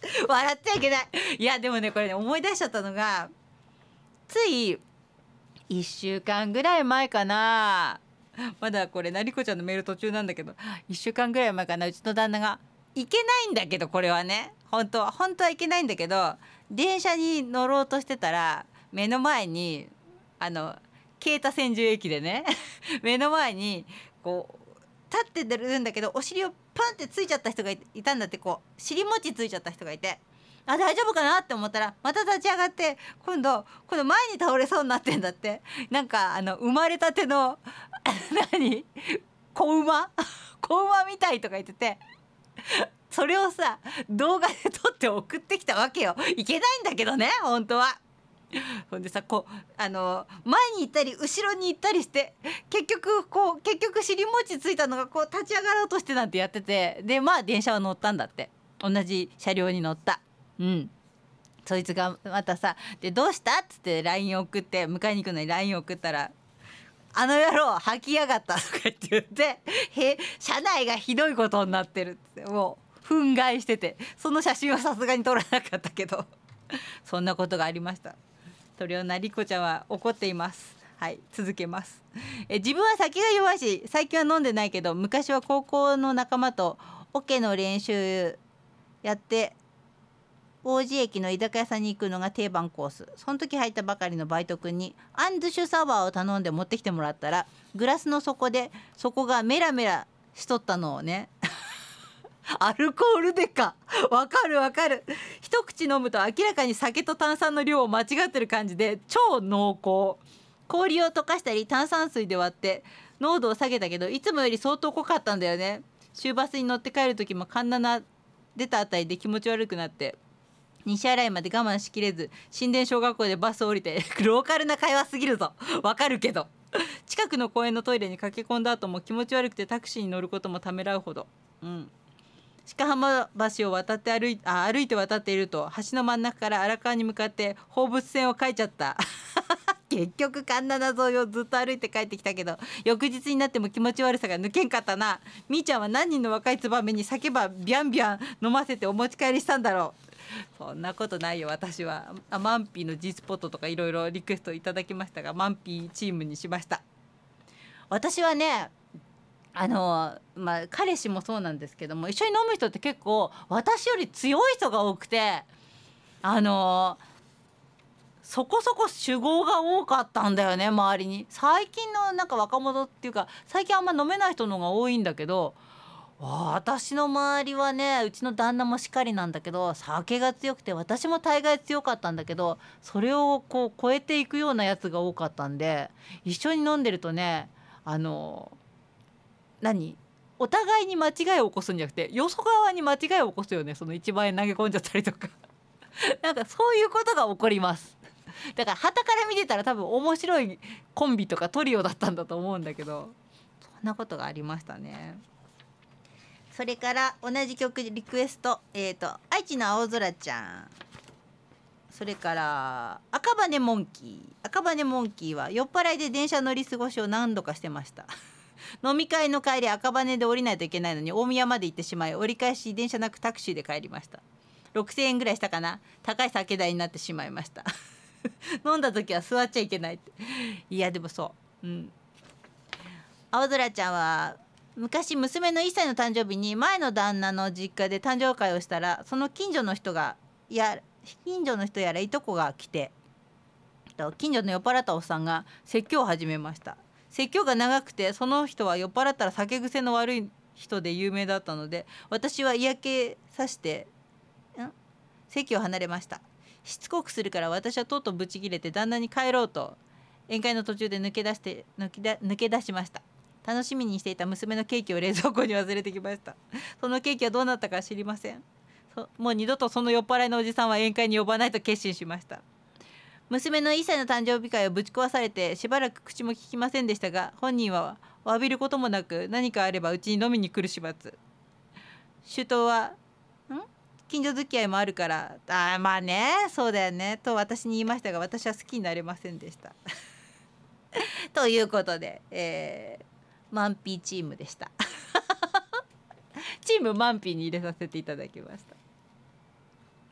笑っちゃいけない。いやでもねこれね思い出しちゃったのが、ついいっしゅうかんぐらい前かな、まだこれなりこちゃんのメール途中なんだけど、いっしゅうかんぐらい前かな、うちの旦那がいけないんだけど、これはね本当は本当はいけないんだけど、電車に乗ろうとしてたら目の前にあの京田千住駅でね目の前にこう立って出るんだけど、お尻をパンってついちゃった人がいたんだって。こう尻餅ついちゃった人がいて、あ大丈夫かなって思ったらまた立ち上がって、今度今度前に倒れそうになってんだって。なんかあの生まれたての何子馬子馬みたいとか言ってて、それをさ動画で撮って送ってきたわけよ。いけないんだけどね本当は。ほんでさこうあの前に行ったり後ろに行ったりして、結局こう結局尻餅ついたのがこう立ち上がろうとしてなんてやってて、でまあ電車は乗ったんだって。同じ車両に乗った。うん。そいつがまたさ「でどうした?」っつって ライン 送って、迎えに行くのに ライン 送ったら「あの野郎吐きやがった」とか言って言ってへ車内がひどいことになってるって、もう憤慨してて、その写真はさすがに撮らなかったけどそんなことがありました。それをなりこちゃんは怒っています。はい、続けます。え自分は酒が弱いし最近は飲んでないけど、昔は高校の仲間とオケの練習やって王子駅の居酒屋さんに行くのが定番コース。その時入ったばかりのバイト君にアンズシュサワーを頼んで持ってきてもらったら、グラスの底で底がメラメラしとったのをねアルコールでか、わかるわかる。一口飲むと明らかに酒と炭酸の量を間違ってる感じで超濃厚。氷を溶かしたり炭酸水で割って濃度を下げたけど、いつもより相当濃かったんだよね。終バスに乗って帰る時もカンナナ出たあたりで気持ち悪くなって、西新井まで我慢しきれず新田小学校でバスを降りてローカルな会話すぎるぞわかるけど、近くの公園のトイレに駆け込んだ後も気持ち悪くてタクシーに乗ることもためらうほど。うん鹿浜橋を渡って歩いあ歩いて渡っていると、橋の真ん中から荒川に向かって放物線を描いちゃった結局環七沿いをずっと歩いて帰ってきたけど、翌日になっても気持ち悪さが抜けんかったな。みーちゃんは何人の若いツバメに酒ばビャンビャン飲ませてお持ち帰りしたんだろう。そんなことないよ。私はあマンピーの G スポットとかいろいろリクエストいただきましたが、マンピーチームにしました。私はねあのまあ彼氏もそうなんですけども、一緒に飲む人って結構私より強い人が多くて、あのそこそこ酒豪が多かったんだよね周りに。最近のなんか若者っていうか最近あんま飲めない人の方が多いんだけど、私の周りはね、うちの旦那もしっかりなんだけど酒が強くて、私も大概強かったんだけど、それをこう超えていくようなやつが多かったんで、一緒に飲んでるとねあの何お互いに間違いを起こすんじゃなくて、よそ側に間違いを起こすよね。そのいちまん円投げ込んじゃったりとかなんかそういうことが起こります。だから傍から見てたら多分面白いコンビとかトリオだったんだと思うんだけど、そんなことがありましたね。それから同じ曲リクエスト、えーと愛知の青空ちゃん、それから赤羽モンキー。赤羽モンキーは酔っ払いで電車乗り過ごしを何度かしてました飲み会の帰り赤羽で降りないといけないのに大宮まで行ってしまい、折り返し電車なくタクシーで帰りました。ろくせんえんぐらいしたかな。高い酒代になってしまいました飲んだ時は座っちゃいけないって。いやでもそう、うん、青空ちゃんは昔娘のいっさいの誕生日に前の旦那の実家で誕生会をしたら、その近所の人がや近所の人やらいとこが来て、近所の酔っ払ったおっさんが説教を始めました。説教が長くて、その人は酔っ払ったら酒癖の悪い人で有名だったので、私は嫌気さしてん席を離れました。しつこくするから私はとうとうブチ切れて旦那に帰ろうと宴会の途中で抜け出して抜けだ抜け出しました。楽しみにしていた娘のケーキを冷蔵庫に忘れてきました。そのケーキはどうなったか知りません。もう二度とその酔っ払いのおじさんは宴会に呼ばないと決心しました。娘のいっさいの誕生日会をぶち壊されてしばらく口も聞きませんでしたが、本人は詫びることもなく何かあればうちに飲みに来る始末。首都はん近所付き合いもあるから、あまあねそうだよねと私に言いましたが、私は好きになれませんでしたということで、えー、マンピーチームでしたチームマンピーに入れさせていただきました。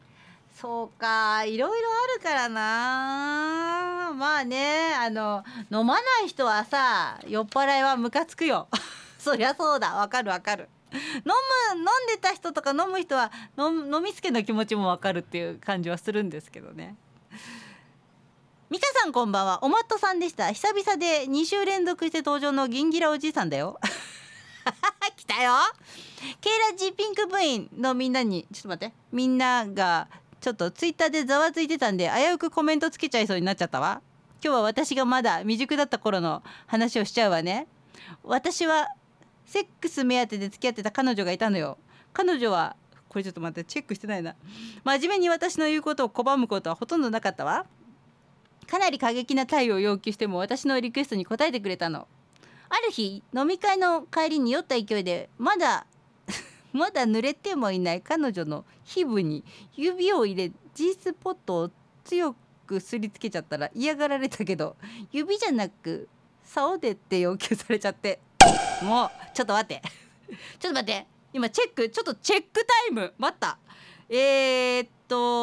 そうか、いろいろあるからな。まあね、あの飲まない人はさ、酔っ払いはムカつくよ。そりゃそうだ、わかるわかる。飲む飲んでた人とか飲む人は飲飲みつけの気持ちもわかるっていう感じはするんですけどね。ミカさんこんばんは、おまっとさんでした。久々でに週連続して登場のギンギラおじいさんだよ。来たよ。ケイラジピンク部員のみんなにちょっと待って、みんながちょっとツイッターでざわついてたんで危うくコメントつけちゃいそうになっちゃったわ。今日は私がまだ未熟だった頃の話をしちゃうわね。私はセックス目当てで付き合ってた彼女がいたのよ。彼女はこれちょっと待って、チェックしてないな。真面目に私の言うことを拒むことはほとんどなかったわ。かなり過激な対応を要求しても私のリクエストに応えてくれたの。ある日飲み会の帰りに酔った勢いでまだまだ濡れてもいない彼女の皮膚に指を入れ G スポットを強くすりつけちゃったら嫌がられたけど、指じゃなく竿でって要求されちゃって、もうちょっと待ってちょっと待って、今チェック、ちょっとチェックタイム待った。えー、っ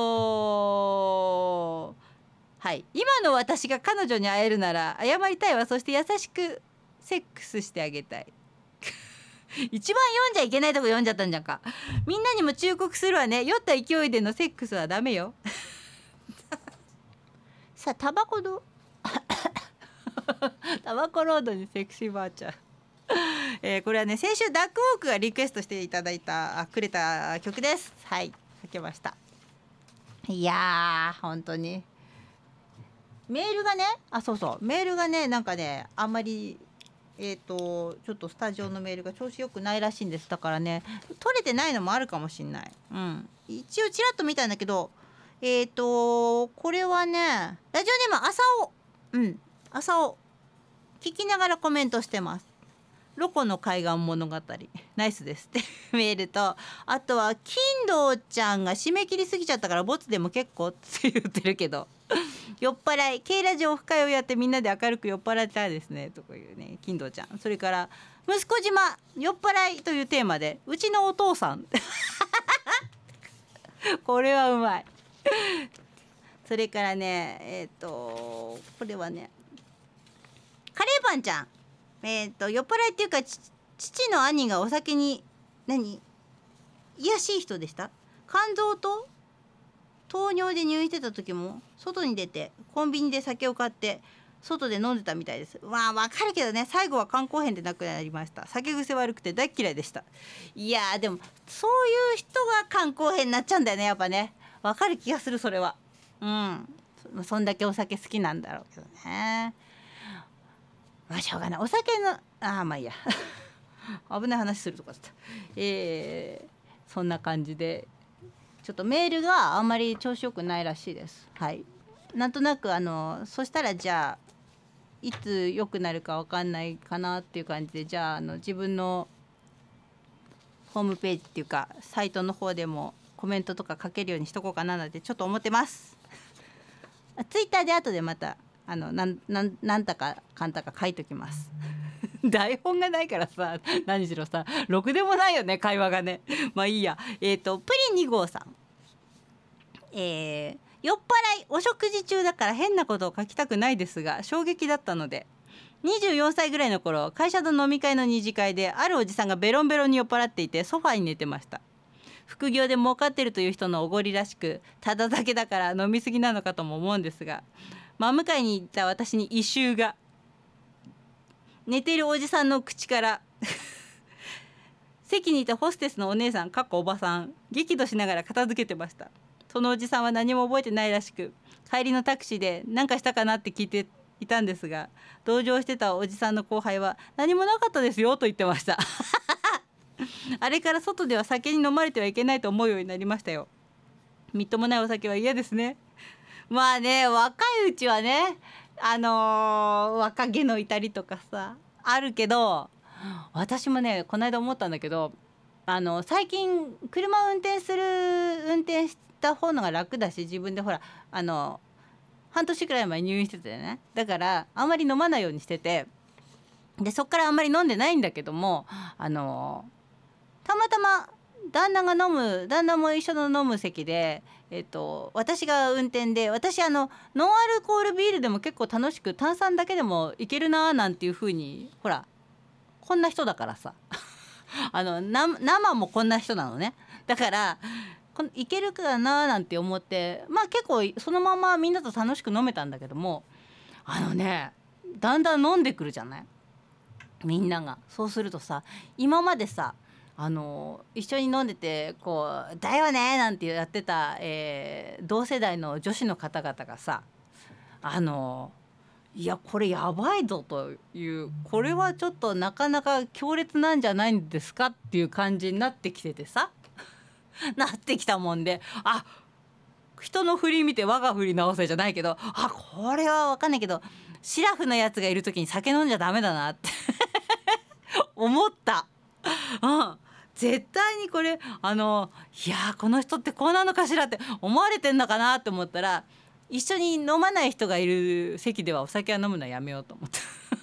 とはい、今の私が彼女に会えるなら謝りたいわ。そして優しくセックスしてあげたい。一番読んじゃいけないとこ読んじゃったんじゃんか。みんなにも忠告するわね。酔った勢いでのセックスはダメよ。さあタバコのタバコロードにセクシーバーチャー。えー、これはね、先週ダークウォークがリクエストしていただいたあくれた曲です。はい、かけました。いやー本当にメールがね、あそうそうメールがね、なんかねあんまりえーとちょっとスタジオのメールが調子よくないらしいんです。だからね取れてないのもあるかもしんない。うん、一応ちらっと見たんだけど、えーとこれはねラジオネーム朝尾、うん朝尾聞きながらコメントしてます。ロコの海岸物語ナイスですってメールと、あとは金堂ちゃんが締め切りすぎちゃったからボツでも結構って言ってるけど酔っ払い K ラジオオフ会をやってみんなで明るく酔っ払いたいですねとかいうね金堂ちゃん。それから息子島酔っ払いというテーマでうちのお父さんこれはうまいそれからねえっ、ー、とこれはねカレーパンちゃん、えー、と酔っ払いっていうか父の兄がお酒に何癒やしい人でした。肝臓と糖尿で入院してた時も外に出てコンビニで酒を買って外で飲んでたみたいです。まあわかるけどね、最後は肝硬変で亡くなりました。酒癖悪くて大嫌いでした。いやーでもそういう人が肝硬変になっちゃうんだよね、やっぱね。わかる気がするそれは。うんそ, そんだけお酒好きなんだろうけどね。まあしょうがない、お酒のああまあいいや危ない話するとかだった。えー、そんな感じでちょっとメールがあんまり調子よくないらしいです。はい、なんとなくあのそしたらじゃあいつ良くなるか分かんないかなっていう感じで、じゃあ、あの自分のホームページっていうかサイトの方でもコメントとか書けるようにしとこうかななんてちょっと思ってますツイッターで後でまたあのなんなんなんたかかんたか書いときます台本がないからさ、何しろさろくでもないよね会話がねまあいいや。えっ、ー、とプリンに号さん、えー、酔っ払いお食事中だから変なことを書きたくないですが衝撃だったので、にじゅうよんさいぐらいの頃会社の飲み会の二次会であるおじさんがベロンベロンに酔っ払っていてソファーに寝てました。副業で儲かってるという人のおごりらしく、ただ酒だから飲み過ぎなのかとも思うんですが、真向かいにいた私に異臭が。寝ているおじさんの口から席にいたホステスのお姉さんかっこおばさん激怒しながら片付けてました。そのおじさんは何も覚えてないらしく、帰りのタクシーで何かしたかなって聞いていたんですが、同乗してたおじさんの後輩は何もなかったですよと言ってましたあれから外では酒に飲まれてはいけないと思うようになりましたよ。みっともないお酒は嫌ですね。まあね、若いうちはね、あのー、若気の至りとかさあるけど、私もねこの間思ったんだけど、あの最近車運転する運転した方のが楽だし、自分でほらあの半年くらい前入院してたよね。だからあんまり飲まないようにしてて、でそっからあんまり飲んでないんだけども、あのたまたま旦那が飲む旦那も一緒の飲む席で、えっと、私が運転で、私あのノンアルコールビールでも結構楽しく炭酸だけでもいけるなーなんていう風に、ほらこんな人だからさあのな生もこんな人なのね。だからこいけるかなーなんて思って、まあ結構そのままみんなと楽しく飲めたんだけども、あのねだんだん飲んでくるじゃない、みんなが。そうするとさ、今までさあの一緒に飲んでてこうだよねなんてやってた、えー同世代の女子の方々がさ、あのいやこれやばいぞという、これはちょっとなかなか強烈なんじゃないんですかっていう感じになってきててさなってきたもんで、あ、人の振り見て我が振り直せじゃないけど、あ、これは分かんないけどシラフなやつがいる時に酒飲んじゃダメだなって思った。うん、絶対にこれあのいやーこの人ってこうなのかしらって思われてんのかなって思ったら、一緒に飲まない人がいる席ではお酒は飲むのはやめようと思った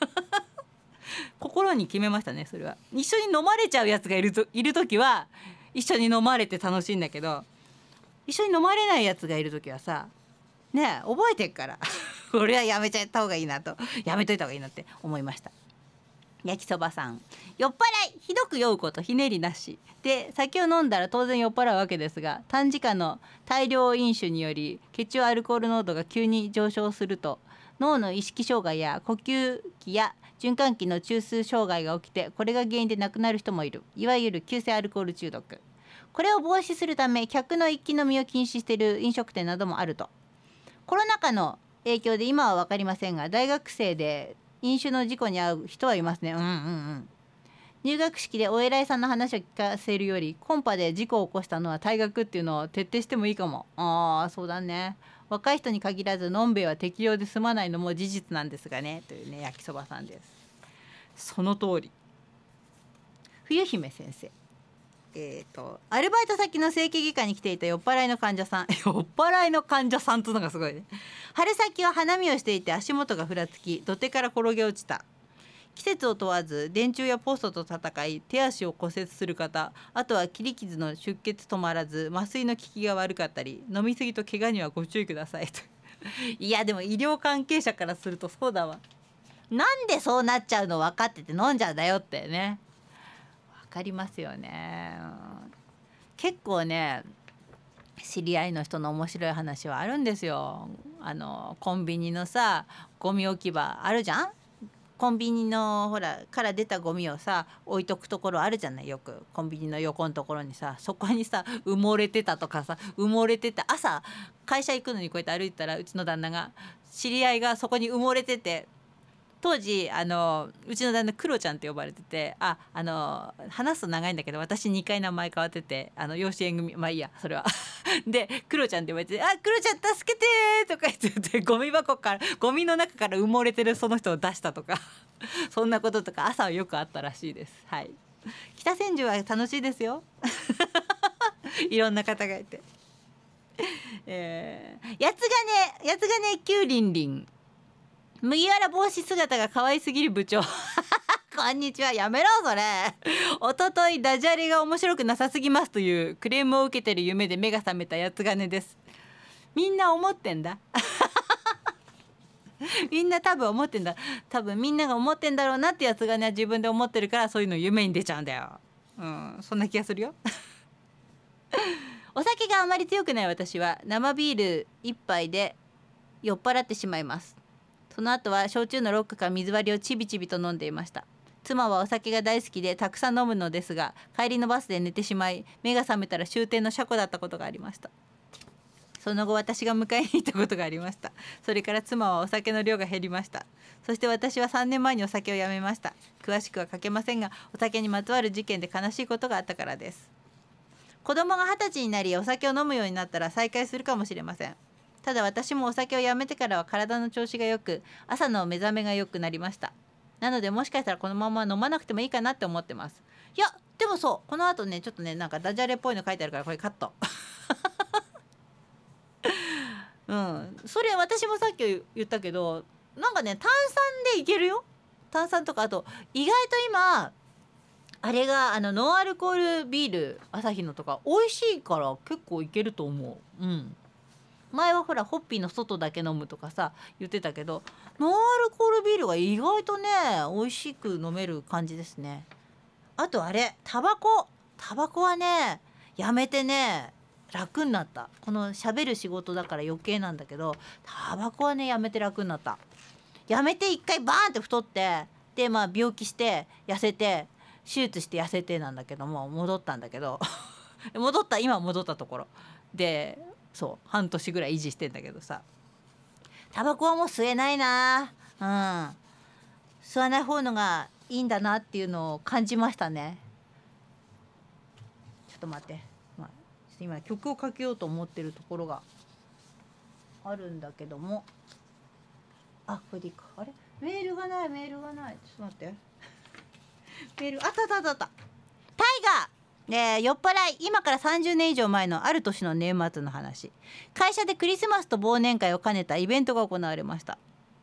心に決めましたね。それは一緒に飲まれちゃうやつがいるといる時は一緒に飲まれて楽しいんだけど、一緒に飲まれないやつがいる時はさねえ覚えてっからこれはやめちゃった方がいいなと、やめといた方がいいなって思いました。焼きそばさん、酔っ払いひどく酔うことひねりなしで、酒を飲んだら当然酔っ払うわけですが、短時間の大量飲酒により血中アルコール濃度が急に上昇すると、脳の意識障害や呼吸器や循環器の中枢障害が起きて、これが原因で亡くなる人もいる、いわゆる急性アルコール中毒。これを防止するため客の一気飲みを禁止している飲食店などもあると。コロナ禍の影響で今は分かりませんが、大学生で飲酒の事故に遭う人はいますね。うんうんうん。入学式でお偉いさんの話を聞かせるより、コンパで事故を起こしたのは退学っていうのを徹底してもいいかも。ああそうだね。若い人に限らずのんべえは適用で済まないのも事実なんですがね、というね焼きそばさんです。その通り。冬姫先生、えー、とアルバイト先の整形外科に来ていた酔っ払いの患者さん酔っ払いの患者さんっていうのがすごいね。春先は花見をしていて足元がふらつき土手から転げ落ちた。季節を問わず電柱やポストと戦い手足を骨折する方、あとは切り傷の出血止まらず麻酔の効きが悪かったり、飲みすぎと怪我にはご注意くださいといやでも医療関係者からするとそうだわ。なんでそうなっちゃうの分かってて飲んじゃうんだよってね、分かりますよね。結構ね知り合いの人の面白い話はあるんですよ。あのコンビニのさゴミ置き場あるじゃん。コンビニのほらから出たゴミをさ置いとくところあるじゃない。よくコンビニの横のところにさ、そこにさ埋もれてたとかさ、埋もれてて朝会社行くのにこうやって歩いてたら、うちの旦那が知り合いがそこに埋もれてて、当時あのうちの旦那クロちゃんって呼ばれてて、ああの話すと長いんだけど私にかい名前変わってて、あの養子縁組、まあいいやそれはでクロちゃんって呼ばれてて、あクロちゃん助けてとか言ってて、ゴミ箱からゴミの中から埋もれてるその人を出したとかそんなこととか朝はよくあったらしいです。はい、北千住は楽しいですよいろんな方がいて、えー、八つ金八つ金きゅうりんりん、麦わら帽子姿が可愛すぎる部長こんにちは。やめろそれ。おとといダジャレが面白くなさすぎますというクレームを受けてる夢で目が覚めた八つ金です。みんな思ってんだみんな多分思ってんだ。多分みんなが思ってんだろうなって八つ金は自分で思ってるから、そういうの夢に出ちゃうんだよ。うん、そんな気がするよお酒があまり強くない私は生ビール一杯で酔っ払ってしまいます。その後は焼酎のロックか水割りをちびちびと飲んでいました。妻はお酒が大好きでたくさん飲むのですが、帰りのバスで寝てしまい目が覚めたら終点の車庫だったことがありました。その後私が迎えに行ったことがありました。それから妻はお酒の量が減りました。そして私はさんねんまえにお酒をやめました。詳しくは書けませんが、お酒にまつわる事件で悲しいことがあったからです。子供がはたちになりお酒を飲むようになったら再開するかもしれません。ただ私もお酒をやめてからは体の調子がよく、朝の目覚めが良くなりました。なのでもしかしたらこのまま飲まなくてもいいかなって思ってます。いやでもそう、この後ねちょっとねなんかダジャレっぽいの書いてあるからこれカットうん、それ私もさっき言ったけど、なんかね炭酸でいけるよ。炭酸とか、あと意外と今あれがあのノンアルコールビール朝日のとか美味しいから結構いけると思う。うん。前はほらホッピーの外だけ飲むとかさ言ってたけど、ノンアルコールビールが意外とね美味しく飲める感じですね。あとあれタバコタバコはねやめてね楽になった。この喋る仕事だから余計なんだけど、タバコはねやめて楽になった。やめて一回バーンって太って、でまあ病気して痩せて手術して痩せてなんだけども戻ったんだけど戻った今戻ったところで、そう半年ぐらい維持してんだけどさ、タバコはもう吸えないな。うん、吸わない方のがいいんだなっていうのを感じましたね。ちょっと待って、まあ、今曲をかけようと思ってるところがあるんだけども、あこれでいいか。あれメールがないメールがないちょっと待ってメールあったあったあったあった。タイガー、えー、酔っ払い今からさんじゅうねん以上前のある年の年末の話。会社でクリスマスと忘年会を兼ねたイベントが行われました。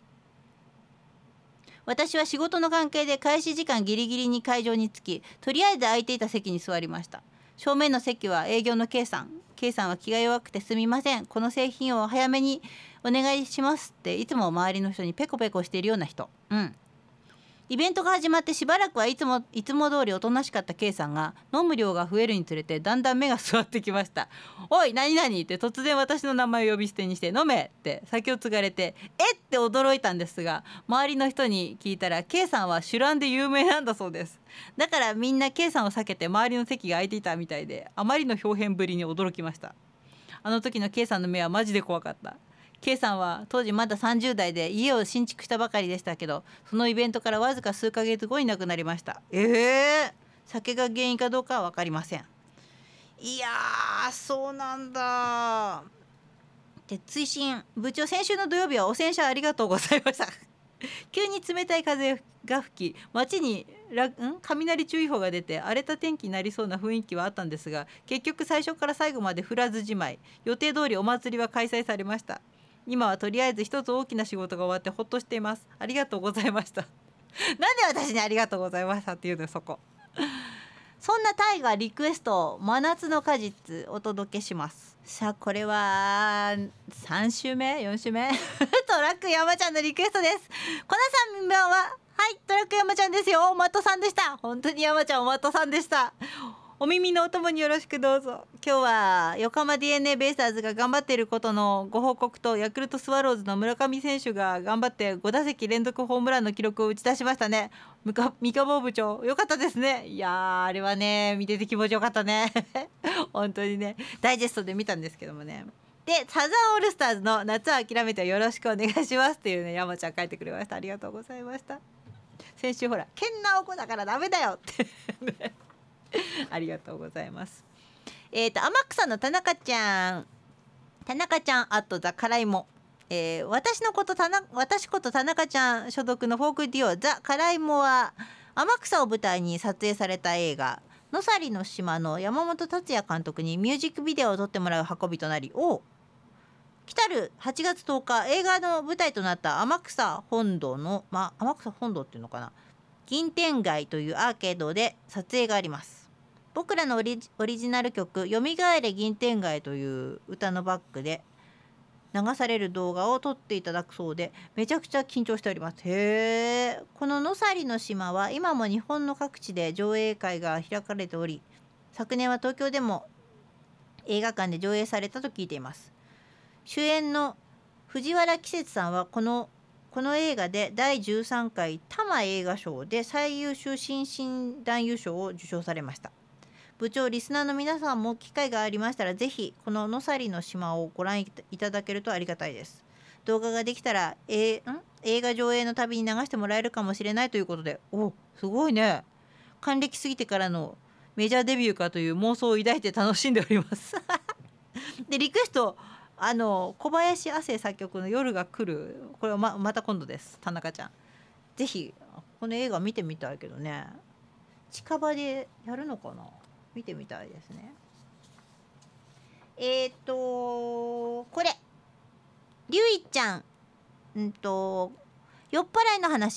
私は仕事の関係で開始時間ギリギリに会場に着き、とりあえず空いていた席に座りました。正面の席は営業の K さん。 K さんは気が弱くてすみません、この製品を早めにお願いしますっていつも周りの人にペコペコしているような人。うん。イベントが始まってしばらくはいつもいつも通りおとなしかった K さんが飲む量が増えるにつれてだんだん目が座ってきました。おい何々って突然私の名前を呼び捨てにして飲めって先を継がれてえって驚いたんですが、周りの人に聞いたら K さんは酒乱で有名なんだそうです。だからみんな K さんを避けて周りの席が空いていたみたいで、あまりの表現ぶりに驚きました。あの時の K さんの目はマジで怖かった。K さんは当時まださんじゅう代で家を新築したばかりでしたけど、そのイベントからわずか数ヶ月後に亡くなりました。えー、酒が原因かどうかは分かりません。いやーそうなんだ。で追伸部長、先週の土曜日はお洗車ありがとうございました急に冷たい風が吹き街にらん雷注意報が出て荒れた天気になりそうな雰囲気はあったんですが、結局最初から最後まで降らずじまい、予定通りお祭りは開催されました。今はとりあえず一つ大きな仕事が終わってほっとしています。ありがとうございましたなんで私にありがとうございましたっていうのよそこ。そんなタイがリクエスト真夏の果実お届けします。さあこれはさん週目よん週目トラック山ちゃんのリクエストです。こなさんばんは。はいトラック山ちゃんですよ。おまとさんでした。本当に山ちゃんおまとさんでした。お耳のお供によろしくどうぞ。今日は横浜 ディーエヌエー ベイスターズが頑張っていることのご報告と、ヤクルトスワローズの村上選手が頑張ってご打席連続ホームランの記録を打ち出しましたね。三河坊部長よかったですね。いやーあれはね見てて気持ちよかったね本当にねダイジェストで見たんですけどもね。でサザンオールスターズの夏は諦めてよろしくお願いしますっていうね山ちゃん書いてくれました。ありがとうございました。先週ほらけんなおこだからダメだよってねありがとうございます。えーと天草の田中ちゃん田中ちゃんあとザ辛いも、えー、私のこと田中私こと田中ちゃん所属のフォークデュオザ辛いもは天草を舞台に撮影された映画野去の島の山本達也監督にミュージックビデオを撮ってもらう運びとなり、お来たるはちがつとおか映画の舞台となった天草本堂の、まあ、天草本堂っていうのかな、銀天街というアーケードで撮影があります。僕らのオリジ、オリジナル曲「よみがえれ銀天街」という歌のバックで流される動画を撮っていただくそうで、めちゃくちゃ緊張しております。へー、この野去の島は今も日本の各地で上映会が開かれており、昨年は東京でも映画館で上映されたと聞いています。主演の藤原季節さんはこのこの映画でだいじゅうさんかい多摩映画賞で最優秀新進男優賞を受賞されました。部長、リスナーの皆さんも機会がありましたらぜひこの野去の島をご覧いただけるとありがたいです。動画ができたら、えー、ん映画上映のたびに流してもらえるかもしれないということで、おすごいね。還暦過ぎてからのメジャーデビューかという妄想を抱いて楽しんでおりますでリクエストあの小林亜生作曲の夜が来る、これは ま, また今度です。田中ちゃんぜひこの映画見てみたいけどね、近場でやるのかな、見てみたいですね。えっ、ー、とこれりゅういちゃんんと酔っ払いの話、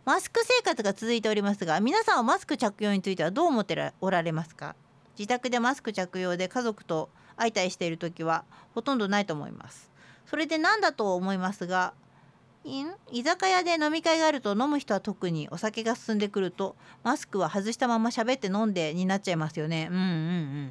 マスク生活が続いておりますが、皆さんはマスク着用についてはどう思っておられますか？自宅でマスク着用で家族と相対している時はほとんどないと思います。それで何だと思いますが、居酒屋で飲み会があると、飲む人は特にお酒が進んでくるとマスクは外したまま喋って飲んでになっちゃいますよね。うんうんうん。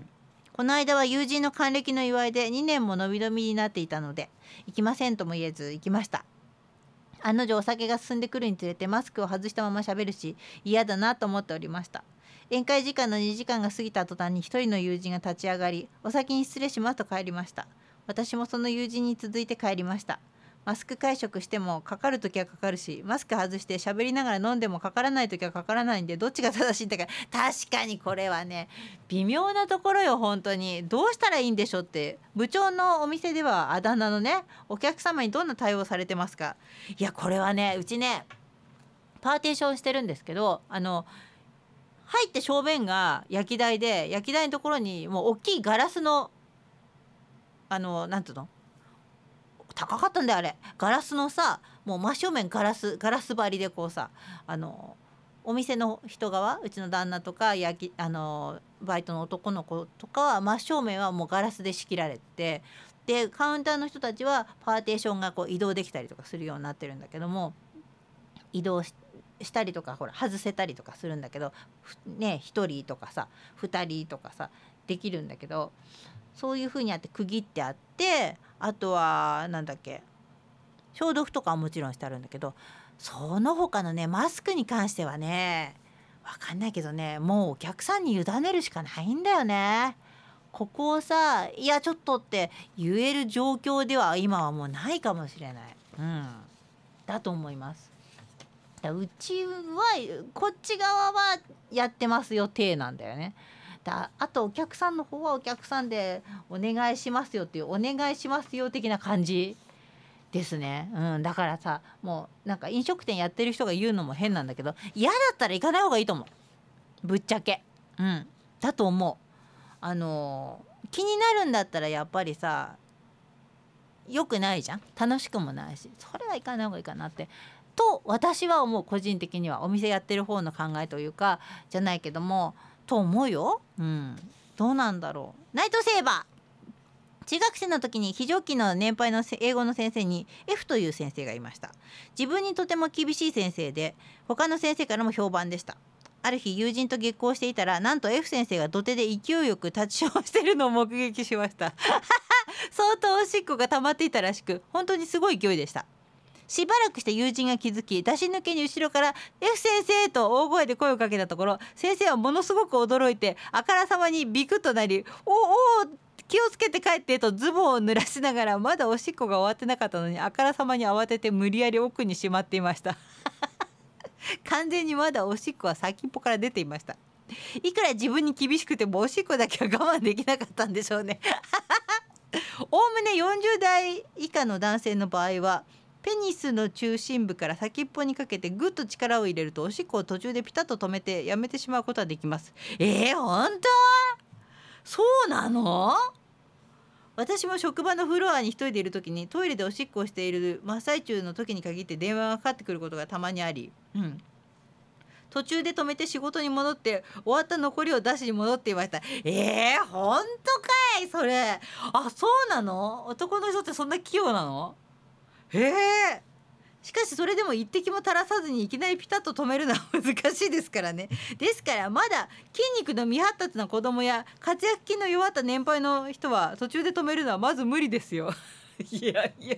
この間は友人の還暦の祝いでにねんも飲み飲みになっていたので、行きませんとも言えず行きました。案の定お酒が進んでくるにつれてマスクを外したまま喋るし、嫌だなと思っておりました。宴会時間のにじかんが過ぎた途端に一人の友人が立ち上がり、お先に失礼しますと帰りました。私もその友人に続いて帰りました。マスク会食してもかかるときはかかるし、マスク外して喋りながら飲んでもかからないときはかからないんで、どっちが正しいんだか。確かにこれはね、微妙なところよ。本当にどうしたらいいんでしょうって。部長のお店ではあだ名のね、お客様にどんな対応されてますか？いや、これはね、うちねパーテーションしてるんですけど、あの入って正面が焼き台で、焼き台のところにもう大きいガラスのあのなんていうの、高かったんだよあれ、ガラスのさ、もう真正面ガラスガラス張りでこうさ、あのお店の人側、うちの旦那とか焼きあのバイトの男の子とかは真正面はもうガラスで仕切られて、でカウンターの人たちはパーテーションがこう移動できたりとかするようになってるんだけども、移動ししたりとかほら外せたりとかするんだけどね、ひとりとかさふたりとかさできるんだけど、そういう風にあって区切ってあって、あとはなんだっけ、消毒とかはもちろんしてあるんだけど、その他のねマスクに関してはね、わかんないけどね、もうお客さんに委ねるしかないんだよね。ここをさ、いやちょっとって言える状況では今はもうないかもしれない。うんだと思います。うちはこっち側はやってますよ体なんだよね。だあとお客さんの方はお客さんでお願いしますよっていう、お願いしますよ的な感じですね。うん、だからさ、もうなんか飲食店やってる人が言うのも変なんだけど、嫌だったら行かない方がいいと思う、ぶっちゃけ。うんだと思う。あのー気になるんだったらやっぱりさ、良くないじゃん、楽しくもないし、それは行かない方がいいかなってと私は思う。個人的にはお店やってる方の考えというかじゃないけどもと思うよ。うんどうなんだろう。ナイトセーバー、中学生の時に非常勤の年配の英語の先生に F という先生がいました。自分にとても厳しい先生で、他の先生からも評判でした。ある日友人と下校していたら、なんと F 先生が土手で勢いよく立ちションしてるのを目撃しました相当おしっこが溜まっていたらしく、本当にすごい勢いでした。しばらくして友人が気づき、出し抜けに後ろから「F 先生!」と大声で声をかけたところ、先生はものすごく驚いてあからさまにビクッとなり「おお気をつけて帰って」とズボンを濡らしながら、まだおしっこが終わってなかったのにあからさまに慌てて無理やり奥にしまっていました完全にまだおしっこは先っぽから出ていました。いくら自分に厳しくてもおしっこだけは我慢できなかったんでしょうねおおむねよんじゅう代以下の男性の場合は、ペニスの中心部から先っぽにかけてぐっと力を入れると、おしっこを途中でピタッと止めてやめてしまうことはできます。えー、本当？そうなの？私も職場のフロアに一人でいる時に、トイレでおしっこをしている真っ最中の時に限って電話がかかってくることがたまにあり、うん、途中で止めて仕事に戻って終わった残りを出しに戻っていました。えー、本当かいそれ。あ、そうなの？男の人ってそんな器用なの？へえ。しかしそれでも一滴も垂らさずにいきなりピタッと止めるのは難しいですからね。ですからまだ筋肉の未発達な子供や活躍筋の弱った年配の人は途中で止めるのはまず無理ですよいやいや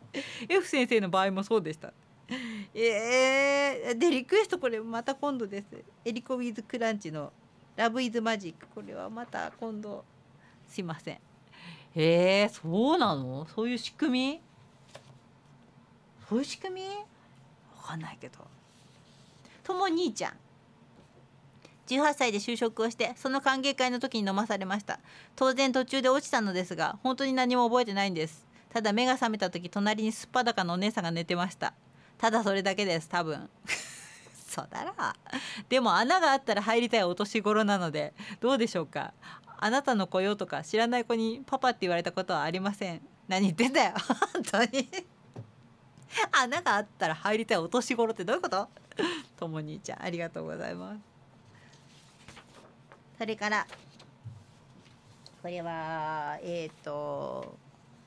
F 先生の場合もそうでした。えー、でリクエストこれまた今度です。エリコウィズクランチのラブイズマジック、これはまた今度すいません。へえ、そうなの？そういう仕組み？そういう仕組み？わかんないけど。とも兄ちゃんじゅうはっさいで就職をして、その歓迎会の時に飲まされました。当然途中で落ちたのですが、本当に何も覚えてないんです。ただ目が覚めた時、隣にすっぱだかのお姉さんが寝てました。ただそれだけです、多分そうだろう。でも穴があったら入りたいお年頃なので、どうでしょうか。あなたの子よとか知らない子にパパって言われたことはありません。何言ってんだよ本当に穴があったら入りたいお年頃ってどういうこととも兄ちゃんありがとうございます。それからこれはえっ、ー、と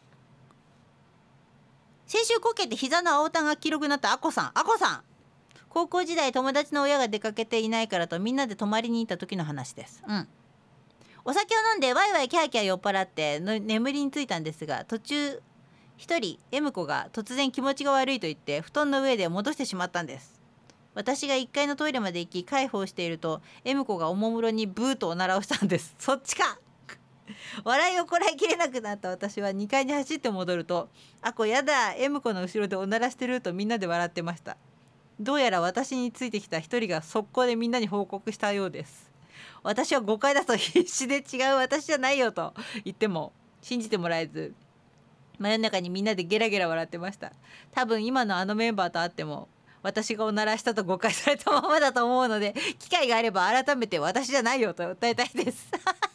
先週こけて膝の青タンが黄色くなったあこさん。あこさん、高校時代友達の親が出かけていないからとみんなで泊まりに行った時の話です。うん。お酒を飲んでワイワイキャーキャー酔っ払っての眠りについたんですが、途中一人 M 子が突然気持ちが悪いと言って布団の上で戻してしまったんです。私がいっかいのトイレまで行き介抱していると M 子がおもむろにブーとおならをしたんです。そっちか。笑いをこらえきれなくなった私はにかいに走って戻ると、あこやだ M 子の後ろでおならしてるとみんなで笑ってました。どうやら私についてきた一人が速攻でみんなに報告したようです。私は誤解だと必死で違う私じゃないよと言っても信じてもらえず、真夜中にみんなでゲラゲラ笑ってました。多分今のあのメンバーと会っても私がおならしたと誤解されたままだと思うので、機会があれば改めて私じゃないよと訴えたいです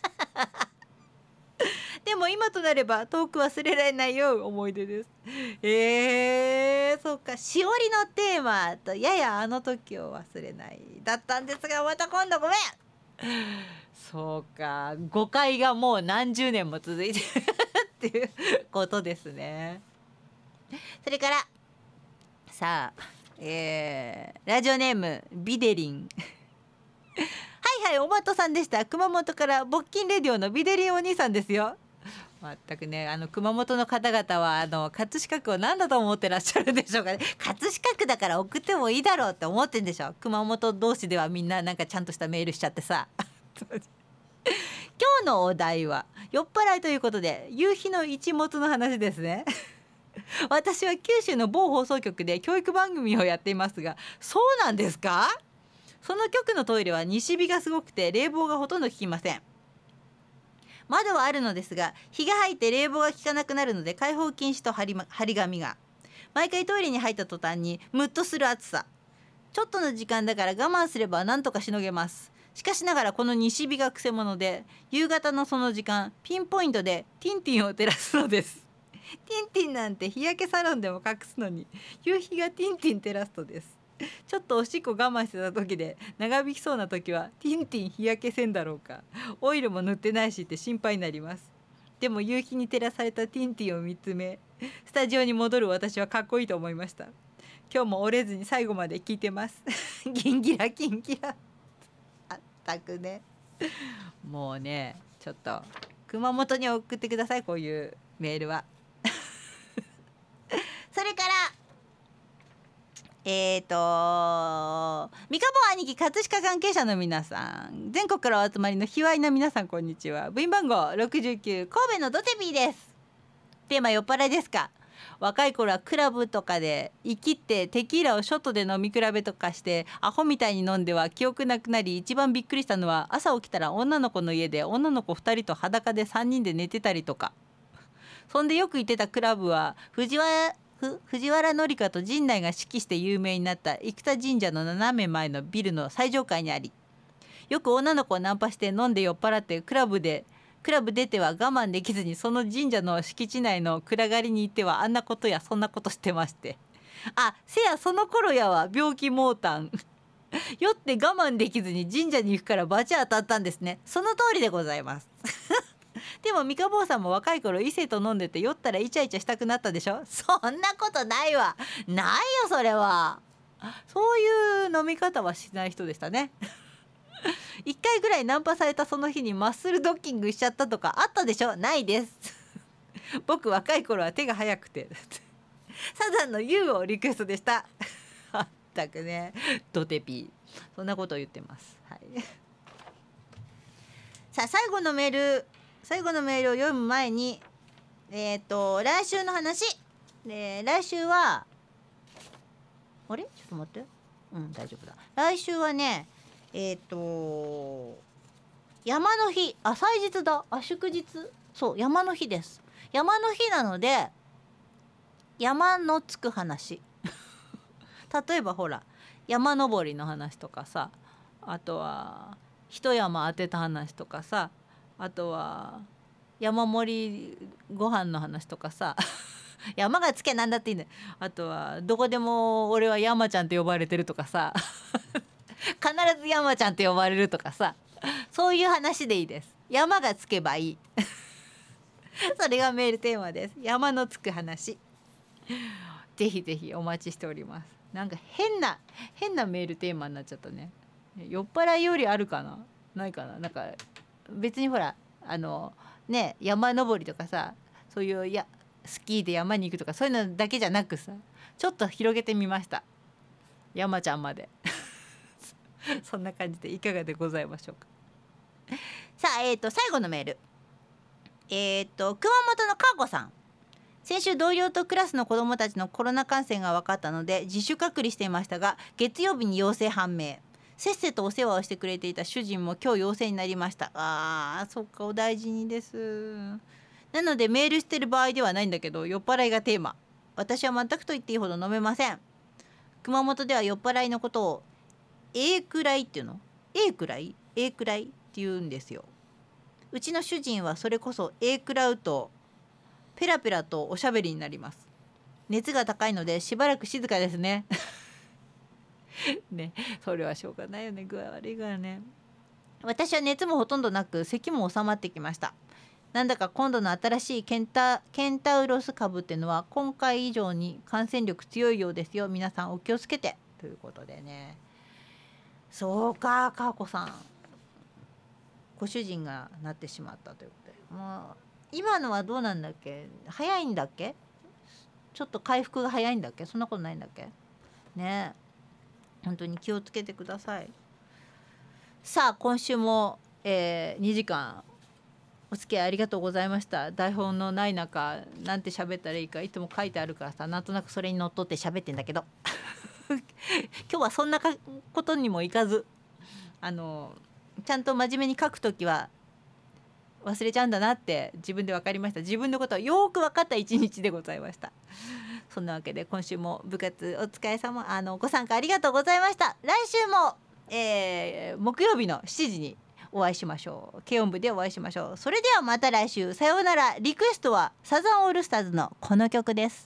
でも今となれば遠く忘れられないよ思い出です。えー、そうか、しおりのテーマとややあの時を忘れないだったんですが、また今度ごめん。そうか、誤解がもう何十年も続いてるっていうことですね。それからさあ、えー、ラジオネームビデリンはいはい、おまとさんでした。熊本から勃起レディオのビデリンお兄さんですよ。全くね、あの熊本の方々はあの葛飾区を何だと思ってらっしゃるんでしょうかね。葛飾区だから送ってもいいだろうって思ってんでしょ。熊本同士ではみんななんかちゃんとしたメールしちゃってさ今日のお題は酔っ払いということで夕日の一物の話ですね私は九州の某放送局で教育番組をやっていますが、そうなんですか。その局のトイレは西日がすごくて冷房がほとんど効きません。窓はあるのですが日が入って冷房が効かなくなるので開放禁止と張り、ま、張り紙が。毎回トイレに入った途端にムッとする暑さ。ちょっとの時間だから我慢すれば何とかしのげます。しかしながらこの西日がくせ者で、夕方のその時間ピンポイントでティンティンを照らすのです。ティンティンなんて日焼けサロンでも隠すのに夕日がティンティン照らすとです。ちょっとおしっこ我慢してた時で長引きそうな時はティンティン日焼けせんだろうか、オイルも塗ってないしって心配になります。でも夕日に照らされたティンティンを見つめスタジオに戻る私はかっこいいと思いました。今日も折れずに最後まで聞いてますギンギラギンギラあったくね。もうね、ちょっと熊本に送ってください、こういうメールはそれからえーと三日坊兄貴葛飾関係者の皆さん、全国からお集まりの卑猥な皆さん、こんにちは。部員番号ろくじゅうきゅう、神戸のドテビーです。テーマ酔っ払いですか。若い頃はクラブとかで生きってテキーラをショットで飲み比べとかしてアホみたいに飲んでは記憶なくなり、一番びっくりしたのは朝起きたら女の子の家で女の子ふたりと裸でさんにんで寝てたりとか。そんでよく行ってたクラブは藤原藤原紀香と陣内が指揮して有名になった生田神社の斜め前のビルの最上階にあり、よく女の子をナンパして飲んで酔っ払ってクラブでクラブ出ては我慢できずにその神社の敷地内の暗がりに行ってはあんなことやそんなことしてまして、あせやその頃やは病気盲痰酔って我慢できずに神社に行くから罰当たったんですね。その通りでございますでも三日坊さんも若い頃異性と飲んでて酔ったらイチャイチャしたくなったでしょ。そんなことないわ。ないよそれは。そういう飲み方はしない人でしたね一回ぐらいナンパされたその日にマッスルドッキングしちゃったとかあったでしょ。ないです僕若い頃は手が早くてサザンの ユー をリクエストでしたあったくね、ドテピーそんなことを言ってます、はい、さあ最後のメール最後のメールを読む前にえっ、ー、と来週の話で、来週はあれちょっと待って、うん大丈夫だ。来週はねえっ、ー、と山の日、あ祭日だ、あ祝日、そう山の日です。山の日なので山のつく話例えばほら山登りの話とかさ、あとは一山当てた話とかさ、あとは山盛りご飯の話とかさ山がつけなんだっていいんだよ。あとはどこでも俺は山ちゃんって呼ばれてるとかさ必ず山ちゃんって呼ばれるとかさ、そういう話でいいです。山がつけばいいそれがメールテーマです。山のつく話ぜひぜひお待ちしております。なんか変な変なメールテーマになっちゃったね。酔っ払いよりあるかな、ないかな。なんか別にほらあのね山登りとかさ、そういうやスキーで山に行くとかそういうのだけじゃなくさ、ちょっと広げてみました。山ちゃんまでそんな感じでいかがでございましょうか。さあ、えーと最後のメール、えーと熊本のかーこさん。先週同僚とクラスの子どもたちのコロナ感染が分かったので自主隔離していましたが、月曜日に陽性判明。せっせとお世話をしてくれていた主人も今日陽性になりました。あーそっか、お大事にです。なのでメールしてる場合ではないんだけど、酔っ払いがテーマ。私は全くと言っていいほど飲めません。熊本では酔っ払いのことを A くらいっていうの A くらい A くらいって言うんですよ。うちの主人はそれこそ A くらうとペラペラとおしゃべりになります。熱が高いのでしばらく静かですねね、それはしょうがないよね、具合悪いからね。私は熱もほとんどなく咳も収まってきました。なんだか今度の新しいケンタケンタウロス株っていうのは今回以上に感染力強いようですよ。皆さんお気をつけてということでね。そうか、かーこさん、ご主人がなってしまったということで、もう今のはどうなんだっけ、早いんだっけ、ちょっと回復が早いんだっけ、そんなことないんだっけね。本当に気をつけてください。さあ今週も、えー、にじかんお付き合いありがとうございました。台本のない中なんて喋ったらいいかいつも書いてあるからさ、なんとなくそれにのっとって喋ってんだけど今日はそんなことにもいかず、あのちゃんと真面目に書くときは忘れちゃうんだなって自分で分かりました。自分のことをよく分かった一日でございました。そんなわけで今週も部活お疲れ様、あのご参加ありがとうございました。来週も、えー、木曜日のしちじにお会いしましょう。軽音部でお会いしましょう。それではまた来週、さようなら。リクエストはサザンオールスターズのこの曲です。